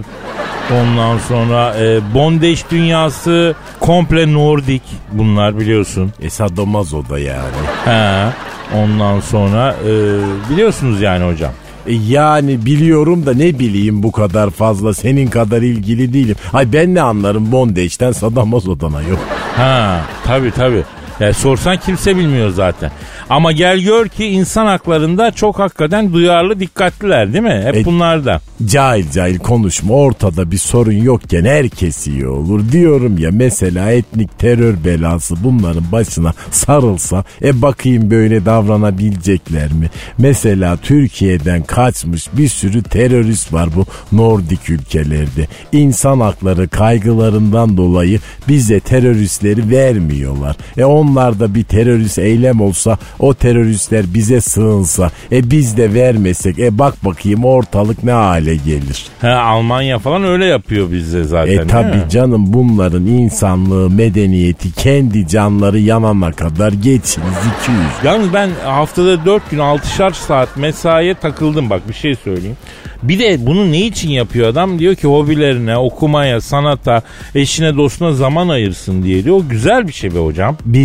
Ondan sonra e, bondage dünyası komple Nordik bunlar biliyorsun.
E sadomaso da yani.
He. Ondan sonra e, biliyorsunuz yani hocam.
E yani biliyorum da ne bileyim bu kadar fazla senin kadar ilgili değilim. Ay ben ne anlarım bondage'den sadomaso'dan yok.
Ha tabii tabii. Yani sorsan kimse bilmiyor zaten. Ama gel gör ki insan haklarında çok hakikaten duyarlı, dikkatliler değil mi? Hep
e,
bunlar da.
Cahil cahil konuşma, ortada bir sorun yokken herkes iyi olur. Diyorum ya mesela etnik terör belası bunların başına sarılsa e bakayım böyle davranabilecekler mi? Mesela Türkiye'den kaçmış bir sürü terörist var bu Nordik ülkelerde. İnsan hakları kaygılarından dolayı bize teröristleri vermiyorlar. E onlar da bir terörist eylem olsa o teröristler bize sığınsa e biz de vermesek e bak bakayım ortalık ne hale gelir.
He, Almanya falan öyle yapıyor bize zaten.
E tabi canım bunların insanlığı medeniyeti kendi canları yanana kadar geçiniz iki yüz.
Yalnız ben haftada dört gün altışar saat mesaiye takıldım bak bir şey söyleyeyim. Bir de bunu ne için yapıyor adam? Diyor ki hobilerine, okumaya, sanata, eşine dostuna zaman ayırsın diye diyor. O güzel bir şey be hocam.
Biz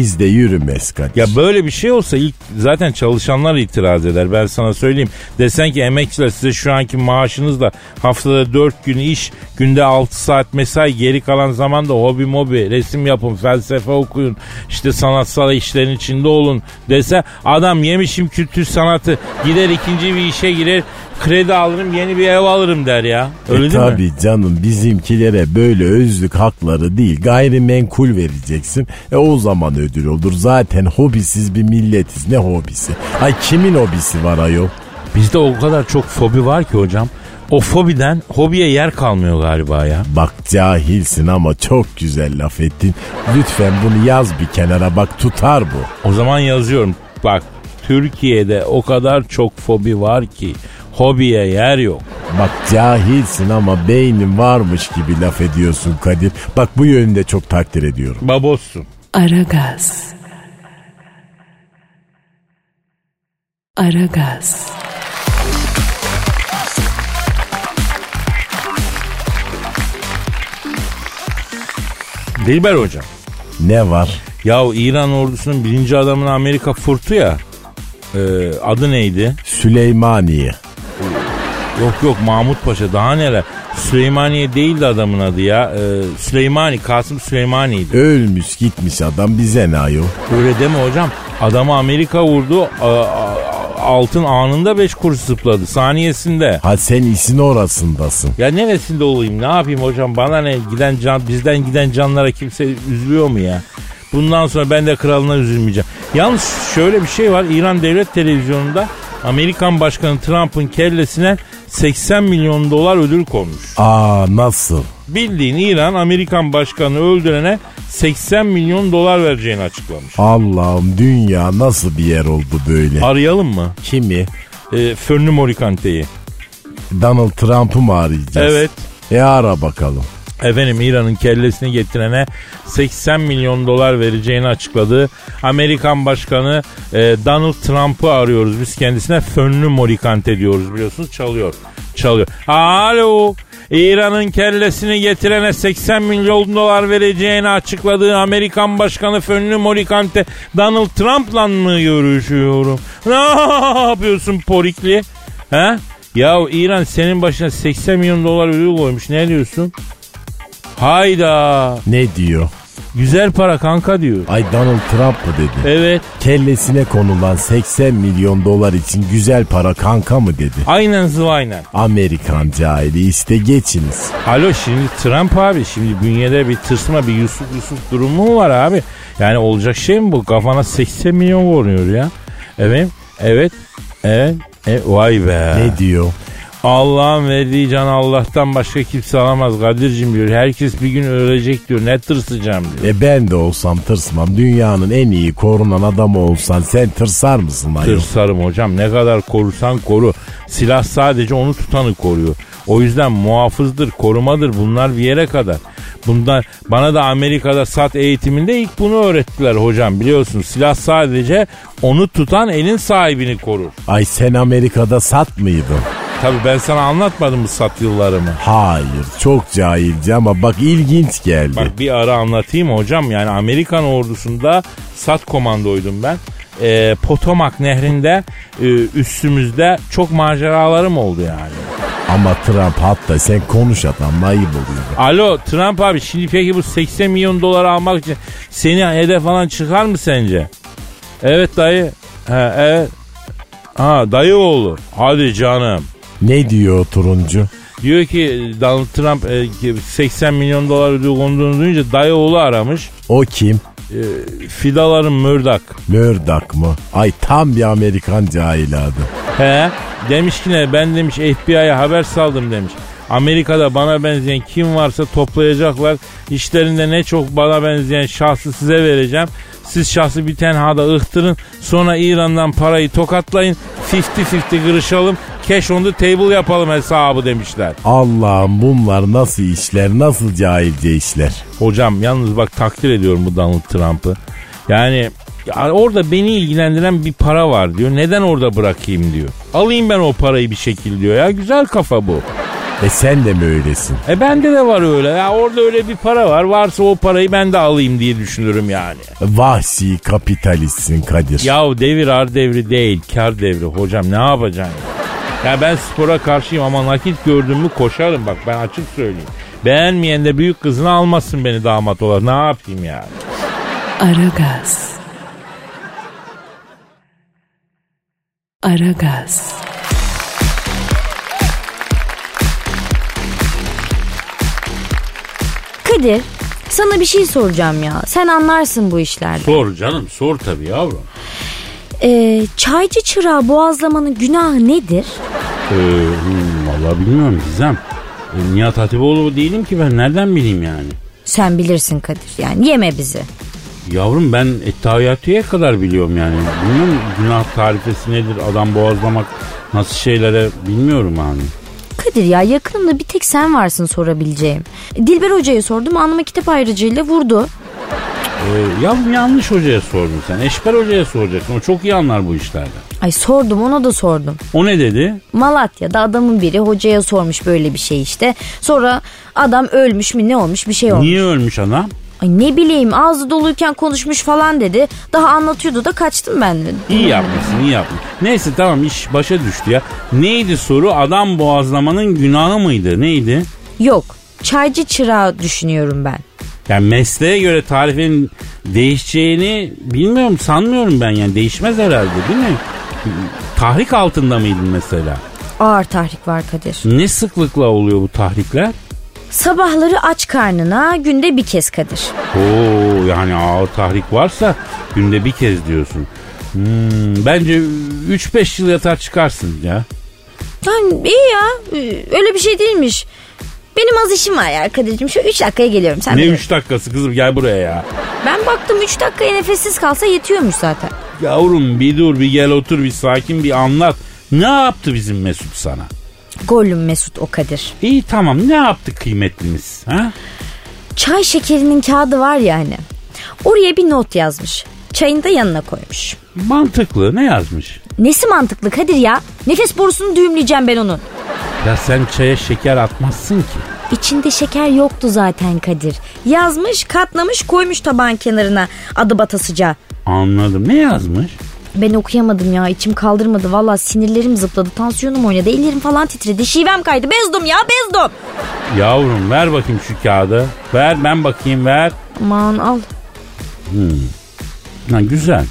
bizde yürümez Kadir.
Ya böyle bir şey olsa ilk zaten çalışanlar itiraz eder. Ben sana söyleyeyim. Desen ki emekçiler size şu anki maaşınızla haftada dört gün iş, günde altı saat mesai, geri kalan zamanda hobi mobi, resim yapın, felsefe okuyun, işte sanatsal işlerin içinde olun dese adam yemişim kültür sanatı, gider ikinci bir işe girer, kredi alırım, yeni bir ev alırım der ya. Öyle
e
değil
tabii mi? Canım, bizimkilere böyle özlük hakları değil, gayrimenkul vereceksin. E o zaman ödül olur. Zaten hobisiz bir milletiz. Ne hobisi? Ay kimin hobisi var ayol?
Bizde o kadar çok fobi var ki hocam. O fobiden hobiye yer kalmıyor galiba ya.
Bak cahilsin ama çok güzel laf ettin. Lütfen bunu yaz bir kenara, bak tutar bu.
O zaman yazıyorum. Bak Türkiye'de o kadar çok fobi var ki hobiye yer yok.
Bak cahilsin ama beynin varmış gibi laf ediyorsun Kadir. Bak bu yönde çok takdir ediyorum.
Babossun.
Aragaz. Aragaz.
Dilber hocam.
Ne var?
Ya İran ordusunun birinci adamını Amerika fırtı ya. Ee, adı neydi?
Süleymaniye.
Yok yok Mahmut Paşa, daha neler. Süleymaniye değildi adamın adı ya. Ee, Süleymani, Kasım Süleymani'ydi.
Ölmüş gitmiş adam, bize ne ayol?
Öyle deme hocam. Adamı Amerika vurdu. A- a- altın anında beş kuruş zıpladı. Saniyesinde.
Ha sen isin orasındasın.
Ya neresinde olayım, ne yapayım hocam, bana ne, giden can, bizden giden canlara kimse üzülüyor mu ya? Bundan sonra ben de kralına üzülmeyeceğim. Yalnız şöyle bir şey var, İran devlet televizyonunda Amerikan Başkanı Trump'ın kellesine seksen milyon dolar ödül konmuş.
Aa nasıl?
Bildiğin İran Amerikan Başkanı öldürene seksen milyon dolar vereceğini açıklamış.
Allah'ım, dünya nasıl bir yer oldu böyle?
Arayalım mı?
Kimi?
E, Fönlü Morikante'yi.
Donald Trump'ı mı arayacağız?
Evet.
E ara bakalım.
Efendim İran'ın kellesini getirene seksen milyon dolar vereceğini açıkladı. Amerikan Başkanı e, Donald Trump'ı arıyoruz. Biz kendisine Fönlü Morikante diyoruz, biliyorsunuz, çalıyor. Çalıyor. Alo. İran'ın kellesini getirene seksen milyon dolar vereceğini açıkladığı Amerikan Başkanı Fönlü Morikante Donald Trump'la mı görüşüyorum? Ne yapıyorsun porikli? He? Ya İran senin başına seksen milyon dolar ödül koymuş. Ne diyorsun? Hayda.
Ne diyor?
Güzel para kanka diyor.
Ay Donald Trump mı dedi?
Evet.
Kellesine konulan seksen milyon dolar için güzel para kanka mı dedi?
Aynen zıvaynen.
Amerikan cahili, iste geçiniz.
Alo, şimdi Trump abi, şimdi bünyede bir tırsma, bir Yusuf Yusuf durumu mu var abi? Yani olacak şey mi bu? Kafana seksen milyon vuruyor ya. Evet. Evet. Evet. E, vay be.
Ne diyor?
Allah'ın verdiği can Allah'tan başka kimse alamaz Kadir'cim diyor. Herkes bir gün ölecek diyor. Ne tırsacağım diyor.
E ben de olsam tırsmam. Dünyanın en iyi korunan adamı olsan sen tırsar mısın ayol?
Tırsarım hocam. Ne kadar korursan koru. Silah sadece onu tutanı koruyor. O yüzden muhafızdır, korumadır. Bunlar bir yere kadar. Bundan bana da Amerika'da SAT eğitiminde ilk bunu öğrettiler hocam, biliyorsun. Silah sadece onu tutan elin sahibini korur.
Ay sen Amerika'da SAT mıydın?
Tabii ben sana anlatmadım mı SAT yıllarımı?
Hayır, çok cahilce ama bak ilginç geldi.
Bak bir ara anlatayım hocam. Yani Amerikan ordusunda SAT komandoydum ben. Ee, Potomac nehrinde e, üstümüzde çok maceralarım oldu yani.
Ama Trump, hatta sen konuş adamla, ayıp oluyor.
Alo Trump abi, şimdi peki bu seksen milyon dolar almak için seni hedef falan çıkar mı sence? Evet dayı. He, evet. Ha dayı oğlu. Hadi canım.
Ne diyor turuncu?
Diyor ki Donald Trump e, seksen milyon dolar ödül konduğunu duyunca dayı oğlu aramış.
O kim?
E, Fidaların Murdoch.
Murdoch mu? Ay tam bir Amerikan cahil adı.
He, demiş ki ne, ben demiş F B I'ye haber saldım demiş. Amerika'da bana benzeyen kim varsa toplayacaklar. İşlerinde ne çok bana benzeyen şahsı size vereceğim. Siz şahsı bir tenhada ıhtırın. Sonra İran'dan parayı tokatlayın. elli elli kırışalım. Cash on the table yapalım hesabı demişler.
Allah'ım, bunlar nasıl işler, nasıl cahilce işler.
Hocam yalnız bak, takdir ediyorum bu Donald Trump'ı. Yani ya orada beni ilgilendiren bir para var diyor. Neden orada bırakayım diyor. Alayım ben o parayı bir şekil diyor ya. Güzel kafa bu.
E sen de mi öylesin?
E bende de var öyle. Ya orada öyle bir para var. Varsa o parayı ben de alayım diye düşünürüm yani.
Vahşi kapitalistsin Kadir.
Yahu devir ar devri değil, kar devri hocam, ne yapacaksın? Ya ben spora karşıyım ama nakit gördüm mü koşarım, bak ben açık söyleyeyim. Beğenmeyen de büyük kızını almasın beni damat olarak, ne yapayım yani?
Aragaz. Aragaz.
Kadir, sana bir şey soracağım ya. Sen anlarsın bu işlerden.
Sor canım, sor tabii yavrum.
Ee, çaycı çırağı boğazlamanın günahı nedir?
Ee, hmm, vallahi bilmiyorum Gizem. E, Nihat Hatipoğlu değilim ki ben, nereden bileyim yani?
Sen bilirsin Kadir, yani yeme bizi.
Yavrum ben Ettehiyatü'ye kadar biliyorum yani. Bilmiyorum günah tarifesi nedir, adam boğazlamak nasıl şeylere, bilmiyorum yani.
Kadir ya, yakınımda bir tek sen varsın sorabileceğim. Dilber Hoca'ya sordum, anlama kitap ayrıcıyla vurdu.
Ee, yavrum yanlış hocaya sordun sen. Eşber Hoca'ya soracaksın, o çok iyi anlar bu işlerden.
Ay sordum, ona da sordum.
O ne dedi?
Malatya'da adamın biri hocaya sormuş böyle bir şey işte. Sonra adam ölmüş mü ne olmuş, bir şey olmuş.
Niye ölmüş adam?
Ay ne bileyim, ağzı doluyken konuşmuş falan dedi. Daha anlatıyordu da kaçtım ben de.
İyi yapmışsın, iyi yapmışsın. Neyse tamam, iş başa düştü ya. Neydi soru? Adam boğazlamanın günahı mıydı? Neydi?
Yok, çaycı çırağı düşünüyorum ben.
Yani mesleğe göre tarifin değişeceğini bilmiyorum, sanmıyorum ben yani. Değişmez herhalde değil mi? Tahrik altında mıydın mesela?
Ağır tahrik var Kadir.
Ne sıklıkla oluyor bu tahrikler?
Sabahları aç karnına günde bir kez Kadir.
Oo, yani ağır tahrik varsa günde bir kez diyorsun. Hmm, bence üç beş yıl yatar çıkarsın ya.
Yani iyi ya, öyle bir şey değilmiş. Benim az işim var ya Kadir'cim, şu üç dakikaya geliyorum. Sen
ne
bilirim.
üç dakikası kızım, gel buraya ya.
Ben baktım üç dakikaya nefessiz kalsa yetiyormuş zaten.
Yavrum bir dur, bir gel otur, bir sakin, bir anlat. Ne yaptı bizim Mesut sana?
Gollum Mesut o Kadir.
İyi tamam, ne yaptı kıymetlimiz? Ha?
Çay şekerinin kağıdı var ya hani. Oraya bir not yazmış. Çayını da yanına koymuş.
Mantıklı, ne yazmış?
Nesi mantıklı Kadir ya? Nefes borusunu düğümleyeceğim ben onun.
Ya sen çaya şeker atmazsın ki.
İçinde şeker yoktu zaten Kadir. Yazmış, katlamış, koymuş tabağın kenarına adı batasıca.
Anladım, ne yazmış?
Ben okuyamadım ya, içim kaldırmadı. Valla sinirlerim zıpladı, tansiyonum oynadı, ellerim falan titredi, şivem kaydı, bezdum ya bezdum.
Yavrum ver bakayım şu kağıdı. Ver ben bakayım, ver.
Aman al.
Hmm. Ha, güzel.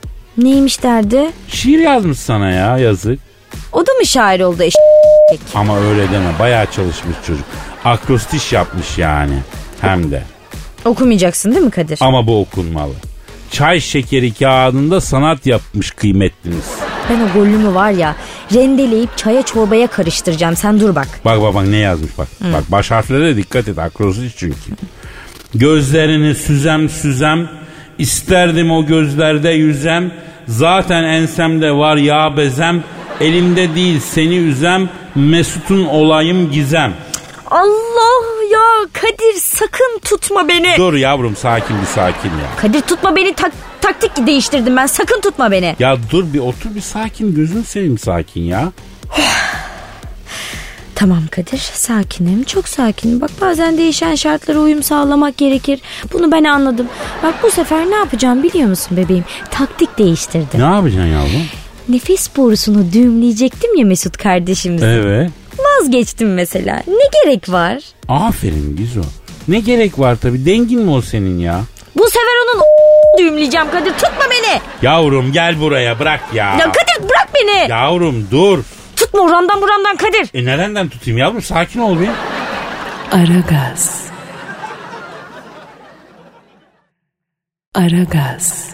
Neymiş derdi?
Şiir yazmış sana ya, yazık.
O da mı şair oldu eş***?
Ama öyle deme, bayağı çalışmış çocuk. Akrostiş yapmış yani, hem de.
Okumayacaksın değil mi Kadir?
Ama bu okunmalı. Çay şekeri kağıdında sanat yapmış kıymetlimiz.
Ben o gollümü var ya, rendeleyip çaya çorbaya karıştıracağım, sen dur bak.
Bak bak bak ne yazmış bak. Hı. Bak baş harflere de dikkat et, akrostiş çünkü. Gözlerini süzem süzem, isterdim o gözlerde yüzem. Zaten ensemde var yağ bezem, elimde değil seni üzem, Mesut'un olayım gizem.
Allah ya Kadir, sakın tutma beni.
Dur yavrum, sakin bir sakin ya.
Kadir tutma beni, tak, taktik değiştirdim ben, sakın tutma beni.
Ya dur bir otur, bir sakin, gözün seveyim, sakin ya.
Tamam Kadir, sakinim, çok sakinim. Bak bazen değişen şartlara uyum sağlamak gerekir. Bunu ben anladım. Bak bu sefer ne yapacağım biliyor musun bebeğim? Taktik değiştirdim.
Ne yapacaksın yavrum?
Nefes borusunu düğümleyecektim ya Mesut kardeşimiz.
Evet.
Vazgeçtim mesela. Ne gerek var?
Aferin Gizo. Ne gerek var tabii, dengin mi o senin ya?
Bu sefer onun düğümleyeceğim Kadir, tutma beni.
Yavrum gel buraya, bırak ya.
Ya Kadir bırak beni.
Yavrum dur.
Tutma oramdan buramdan Kadir.
E nereden tutayım yavrum, sakin ol bir.
Aragaz. Aragaz.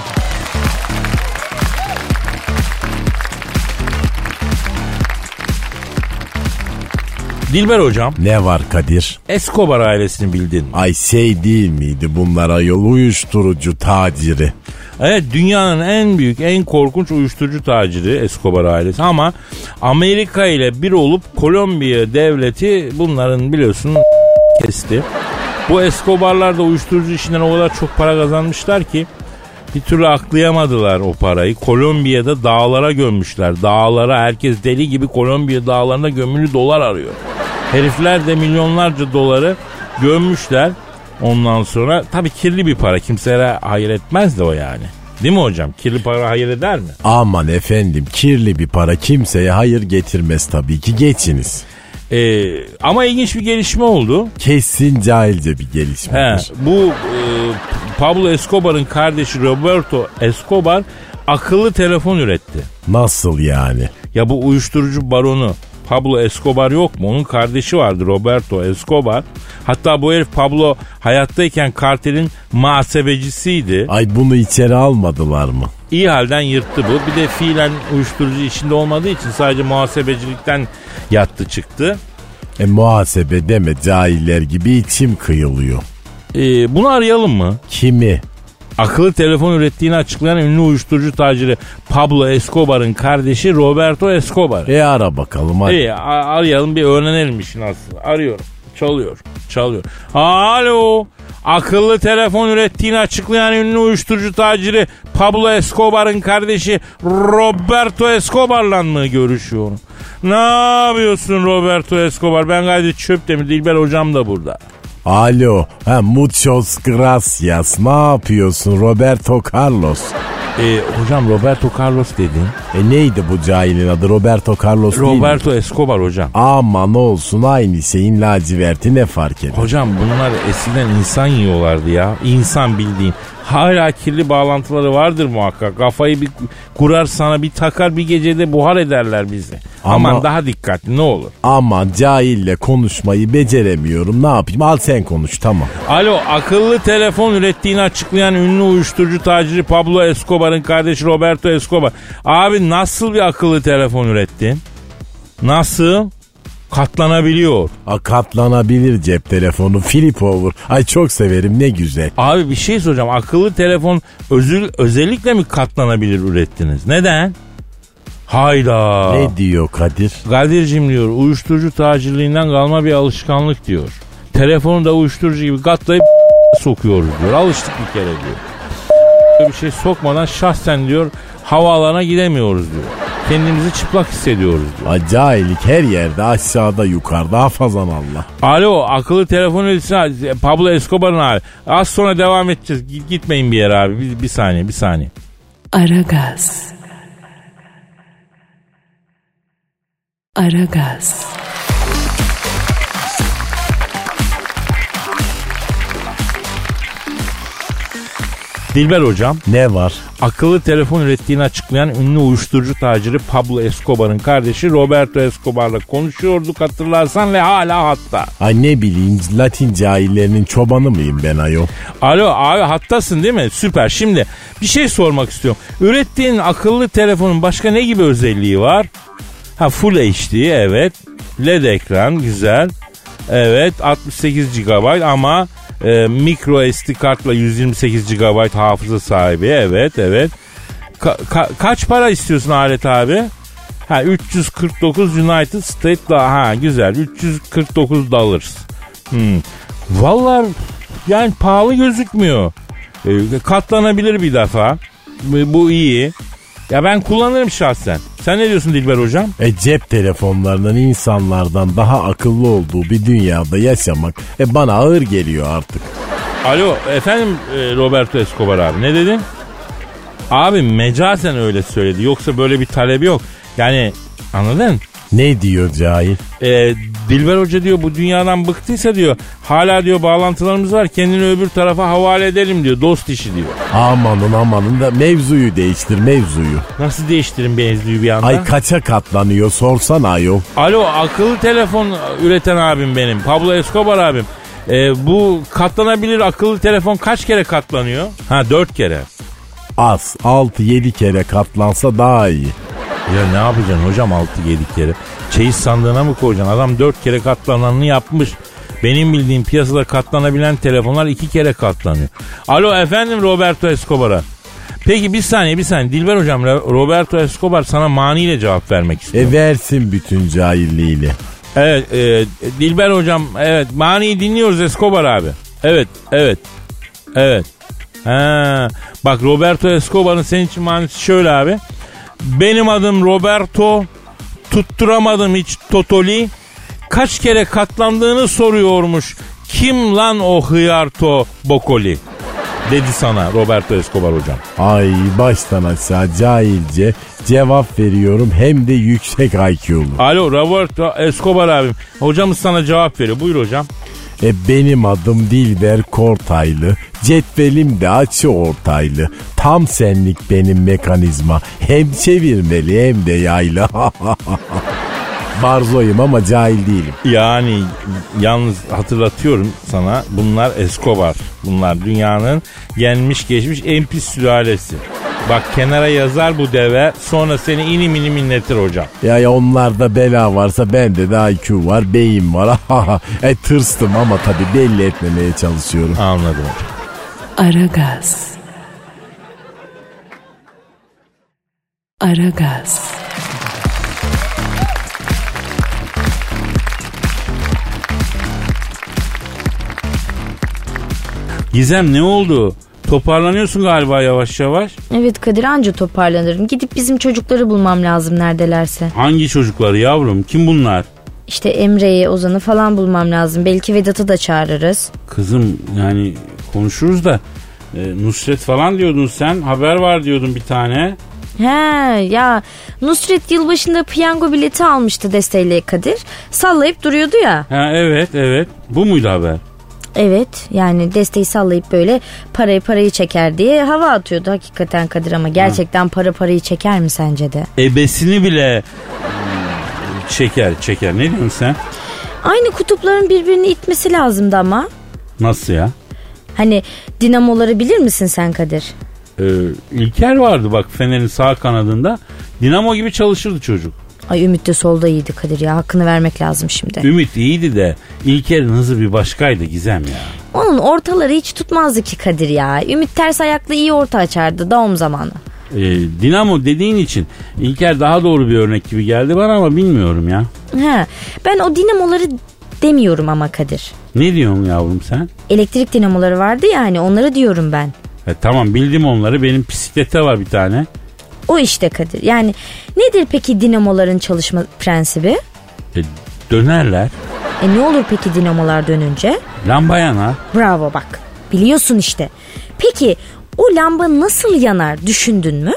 Dilber hocam.
Ne var Kadir?
Escobar ailesini bildin mi?
Ay şey değil miydi bunlara yol, uyuşturucu taciri?
Evet, dünyanın en büyük, en korkunç uyuşturucu taciri Escobar ailesi, ama Amerika ile bir olup Kolombiya devleti bunların biliyorsun kesti. Bu Escobar'lar da uyuşturucu işinden o kadar çok para kazanmışlar ki bir türlü aklayamadılar o parayı. Kolombiya'da dağlara gömmüşler. Dağlara, herkes deli gibi Kolombiya dağlarına gömülü dolar arıyor. Herifler de milyonlarca doları gömmüşler. Ondan sonra tabii kirli bir para, kimseye hayır etmez de o yani. Değil mi hocam? Kirli para hayır eder mi?
Aman efendim, kirli bir para kimseye hayır getirmez tabii ki, geçiniz.
Ee, ama ilginç bir gelişme oldu.
Kesin cahilce bir gelişmedir.
He, bu e, Pablo Escobar'ın kardeşi Roberto Escobar akıllı telefon üretti.
Nasıl yani?
Ya bu uyuşturucu baronu Pablo Escobar yok mu? Onun kardeşi vardı, Roberto Escobar. Hatta bu herif Pablo hayattayken kartelin muhasebecisiydi.
Ay, bunu içeri almadılar mı?
İyi halden yırttı bu. Bir de fiilen uyuşturucu işinde olmadığı için sadece muhasebecilikten yattı çıktı.
E muhasebe deme, cahiller gibi içim kıyılıyor.
Ee, bunu arayalım mı?
Kimi?
Akıllı telefon ürettiğini açıklayan ünlü uyuşturucu taciri Pablo Escobar'ın kardeşi Roberto Escobar.
E ara bakalım hadi.
İyi, arayalım, bir öğrenelim işin aslında. Arıyorum. Çalıyor. Çalıyor. Alo. Akıllı telefon ürettiğini açıklayan ünlü uyuşturucu taciri Pablo Escobar'ın kardeşi Roberto Escobar'la mı görüşüyorum? Ne yapıyorsun Roberto Escobar? Ben gayet Çöptemir, Dilber hocam da burada.
Alo. Ha, muchos gracias. Ne yapıyorsun Roberto Carlos?
E, hocam Roberto Carlos dedin.
E neydi bu cahilin adı? Roberto Carlos değil mi?
Roberto Escobar hocam.
Aman olsun, aynı şeyin laciverti, ne fark eder?
Hocam bunlar eskiden insan yiyorlardı ya. İnsan bildiğin. Hala kirli bağlantıları vardır muhakkak. Kafayı bir kurar sana, bir takar, bir gecede buhar ederler bizi. Ama, Aman daha dikkatli ne olur.
Aman cahille konuşmayı beceremiyorum, ne yapayım, al sen konuş tamam.
Alo, akıllı telefon ürettiğini açıklayan ünlü uyuşturucu taciri Pablo Escobar'ın kardeşi Roberto Escobar. Abi nasıl bir akıllı telefon ürettin? Nasıl? Katlanabiliyor.
A, katlanabilir cep telefonu, flip over. Ay çok severim, ne güzel.
Abi bir şey soracağım. Akıllı telefon özül, özellikle mi katlanabilir ürettiniz? Neden? Hayda.
Ne diyor Kadir?
Kadir'cim diyor, uyuşturucu tacirliğinden kalma bir alışkanlık diyor. Telefonu da uyuşturucu gibi katlayıp sokuyoruz diyor. Alıştık bir kere diyor. Bir şey sokmadan şahsen diyor havaalanına gidemiyoruz diyor. Kendimizi çıplak hissediyoruz diyor.
Acayip, her yerde, aşağıda yukarıda, hafazan Allah.
Alo, akıllı telefon üreticisi Pablo Escobar'ın abi. Az sonra devam edeceğiz. Gitmeyin bir yere abi. Bir, bir saniye bir saniye.
Aragaz. Aragaz.
Dilber hocam.
Ne var?
Akıllı telefon ürettiğini açıklayan ünlü uyuşturucu taciri Pablo Escobar'ın kardeşi Roberto Escobar'la konuşuyorduk hatırlarsan ve hala hatta.
Ay ne bileyim, Latin cahillerinin çobanı mıyım ben ayol?
Alo abi, hattasın değil mi? Süper. Şimdi bir şey sormak istiyorum. Ürettiğin akıllı telefonun başka ne gibi özelliği var? Ha, Full H D, evet. L E D ekran, güzel. Evet, altmış sekiz gigabayt ama e, micro S D kartla yüz yirmi sekiz gigabayt hafıza sahibi. Evet, evet. Ka- ka- kaç para istiyorsun alet abi? Ha, üç yüz kırk dokuz United States da, ha güzel, üç yüz kırk dokuz dollars. Hmm. Vallahi yani pahalı gözükmüyor. E, katlanabilir bir defa. Bu, bu iyi. Ya ben kullanırım şahsen. Sen ne diyorsun Dilber hocam?
E cep telefonlarının insanlardan daha akıllı olduğu bir dünyada yaşamak e bana ağır geliyor artık.
Alo efendim e, Roberto Escobar abi, ne dedin? Abi mecazen öyle söyledi, yoksa böyle bir talebi yok. Yani anladın?
Ne diyor cahil?
Ee, Dilber Hoca diyor bu dünyadan bıktıysa diyor hala diyor bağlantılarımız var, kendini öbür tarafa havale edelim diyor, dost işi diyor.
Amanın amanın da mevzuyu değiştir, mevzuyu.
Nasıl değiştirin mevzuyu bir anda?
Ay kaça katlanıyor sorsana ayol.
Alo, akıllı telefon üreten abim benim, Pablo Escobar abim. Ee, bu katlanabilir akıllı telefon kaç kere katlanıyor? Ha, dört kere.
Az, altı yedi kere katlansa daha iyi.
Ya ne yapacaksın hocam altı yedi kere? Çeyiz sandığına mı koyacaksın? Adam dört kere katlananını yapmış. Benim bildiğim piyasada katlanabilen telefonlar iki kere katlanıyor. Alo efendim Roberto Escobar'a. Peki bir saniye bir saniye. Dilber hocam, Roberto Escobar sana maniyle cevap vermek istiyor.
E versin bütün cahilliğiyle.
Evet e, Dilber hocam, evet maniyi dinliyoruz Escobar abi. Evet evet evet. Ha, bak Roberto Escobar'ın senin için manisi şöyle abi. Benim adım Roberto, tutturamadım hiç totoli, kaç kere katlandığını soruyormuş. Kim lan o hıyarto bokoli? Dedi sana Roberto Escobar hocam.
Ay baştan aşağı cahilce cevap veriyorum, hem de yüksek I Q'lu.
Alo Roberto Escobar abim. Hocamız sana cevap veriyor. Buyur hocam.
E benim adım Dilber Kortaylı. Cetvelim de açı ortaylı. Tam senlik benim mekanizma. Hem çevirmeli hem de yaylı. Barzoyum ama cahil değilim.
Yani yalnız hatırlatıyorum sana, bunlar Escobar. Bunlar dünyanın gelmiş geçmiş en pis sülalesi. Bak kenara yazar bu deve, sonra seni inim inim inletir hocam.
Ya, ya onlarda bela varsa bende de I Q var, beyin var. e tırstım ama tabii belli etmemeye çalışıyorum.
Anladım hocam.
Aragaz. Aragaz.
Gizem ne oldu? Toparlanıyorsun galiba yavaş yavaş.
Evet Kadir, anca toparlanırım. Gidip bizim çocukları bulmam lazım neredelerse.
Hangi çocukları yavrum? Kim bunlar?
İşte Emre'yi, Ozan'ı falan bulmam lazım. Belki Vedat'ı da çağırırız.
Kızım yani konuşuruz da e, Nusret falan diyordun sen. Haber var diyordun bir tane.
He ya, Nusret yılbaşında piyango bileti almıştı desteğiyle Kadir. Sallayıp duruyordu ya.
Ha, evet evet. Bu muydu haber?
Evet, yani desteği sallayıp böyle parayı parayı çeker diye hava atıyordu hakikaten Kadir, ama gerçekten ha. para parayı çeker mi sence de?
Ebesini bile çeker çeker. Ne diyorsun sen?
Aynı kutupların birbirini itmesi lazımdı ama.
Nasıl ya?
Hani dinamoları bilir misin sen Kadir?
Ee, İlker vardı bak Fener'in sağ kanadında. Dinamo gibi çalışırdı çocuk.
Ay Ümit de solda iyiydi Kadir ya, hakkını vermek lazım şimdi.
Ümit iyiydi de İlker'in hızı bir başkaydı Gizem ya.
Onun ortaları hiç tutmazdı ki Kadir ya. Ümit ters ayaklı iyi orta açardı doğum zamanı.
Ee, Dinamo dediğin için İlker daha doğru bir örnek gibi geldi bana ama bilmiyorum ya.
He, ben o dinamoları demiyorum ama Kadir.
Ne diyorsun yavrum sen?
Elektrik dinamoları vardı ya hani, onları diyorum ben.
E, tamam bildim onları, benim bisiklete var bir tane.
O işte Kadir. Yani nedir peki dinamoların çalışma prensibi?
E, dönerler.
E ne olur peki dinamolar dönünce?
Lamba yanar.
Bravo bak. Biliyorsun işte. Peki o lamba nasıl yanar düşündün mü?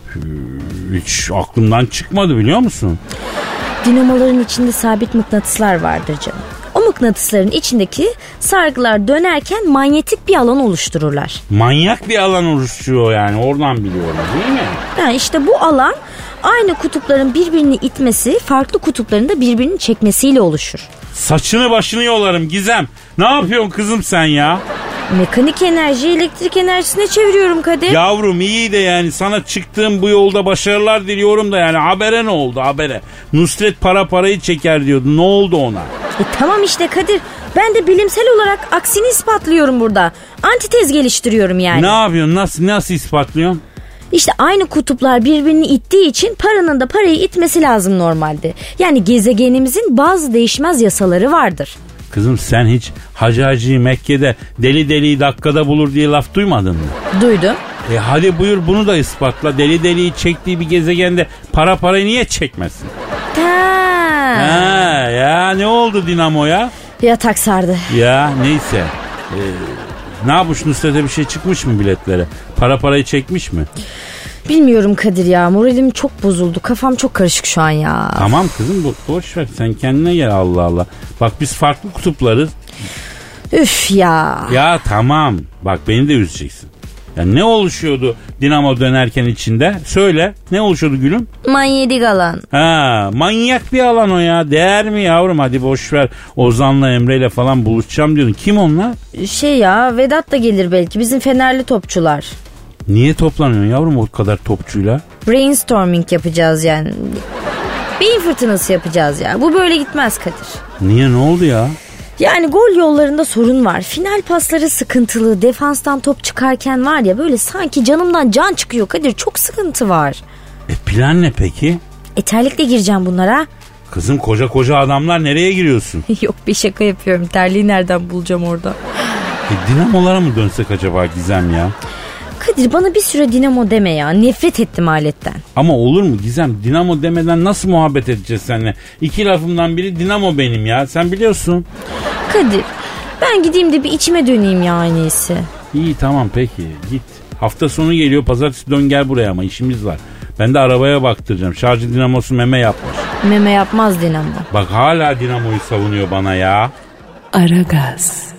Hiç aklımdan çıkmadı biliyor musun?
Dinamoların içinde sabit mıknatıslar vardır canım. O mıknatısların içindeki sargılar dönerken manyetik bir alan oluştururlar.
Manyak bir alan oluşturuyor yani, oradan biliyorum değil mi?
Yani işte bu alan aynı kutupların birbirini itmesi, farklı kutupların da birbirini çekmesiyle oluşur.
Saçını başını yolarım Gizem. Ne yapıyorsun kızım sen ya?
Mekanik enerji elektrik enerjisine çeviriyorum Kadir.
Yavrum iyi de yani sana çıktığım bu yolda başarılar diliyorum da yani habere ne oldu habere? Nusret para parayı çeker diyordu, ne oldu ona?
E tamam işte Kadir, ben de bilimsel olarak aksini ispatlıyorum burada. Antitez geliştiriyorum yani.
Ne yapıyorsun, nasıl nasıl ispatlıyorsun?
İşte aynı kutuplar birbirini ittiği için paranın da parayı itmesi lazım normalde. Yani gezegenimizin bazı değişmez yasaları vardır.
Kızım sen hiç Hacı Hacı'yı Mekke'de deli deliyi dakikada bulur diye laf duymadın mı?
Duydum.
E hadi buyur bunu da ispatla. Deli deliyi çektiği bir gezegende para parayı niye çekmesin?
Ha.
Ha ya, ne oldu dinamoya?
Yatak sardı.
Ya neyse. Ee, ne yapmış, Nusret'e bir şey çıkmış mı biletlere? Para parayı çekmiş mi?
Bilmiyorum Kadir ya, moralim çok bozuldu. Kafam çok karışık şu an ya.
Tamam kızım bo- boş ver, sen kendine gel Allah Allah. Bak biz farklı kutuplarız.
Üf ya.
Ya tamam bak beni de üzeceksin. Ya ne oluşuyordu dinamo dönerken içinde? Söyle, ne oluşuyordu gülüm?
Manyetik alan.
Ha, manyak bir alan o ya. Değer mi yavrum, hadi boş ver. Ozan'la Emre'yle falan buluşacağım diyordun. Kim onlar?
Şey ya, Vedat da gelir belki, bizim Fenerli topçular.
Niye toplanıyorsun yavrum o kadar topçuyla?
Brainstorming yapacağız yani. Beyin fırtınası yapacağız ya. Bu böyle gitmez Kadir.
Niye, ne oldu ya?
Yani gol yollarında sorun var. Final pasları sıkıntılı. Defanstan top çıkarken var ya, böyle sanki canımdan can çıkıyor Kadir. Çok sıkıntı var.
E plan ne peki?
E terlikle gireceğim bunlara.
Kızım koca koca adamlar, nereye giriyorsun?
Yok bir şaka yapıyorum. Terliği nereden bulacağım orada?
E dinamolara mı dönsek acaba Gizem ya?
Kadir bana bir süre dinamo deme ya. Nefret ettim aletten.
Ama olur mu Gizem? Dinamo demeden nasıl muhabbet edeceğiz seninle? İki lafımdan biri dinamo benim ya. Sen biliyorsun.
Kadir ben gideyim de bir içime döneyim ya en iyisi.
İyi tamam peki git. Hafta sonu geliyor, pazartesi dön gel buraya ama işimiz var. Ben de arabaya baktıracağım. Şarjı dinamosu meme yapmış.
Meme yapmaz dinamo.
Bak hala dinamoyu savunuyor bana ya.
Aragaz.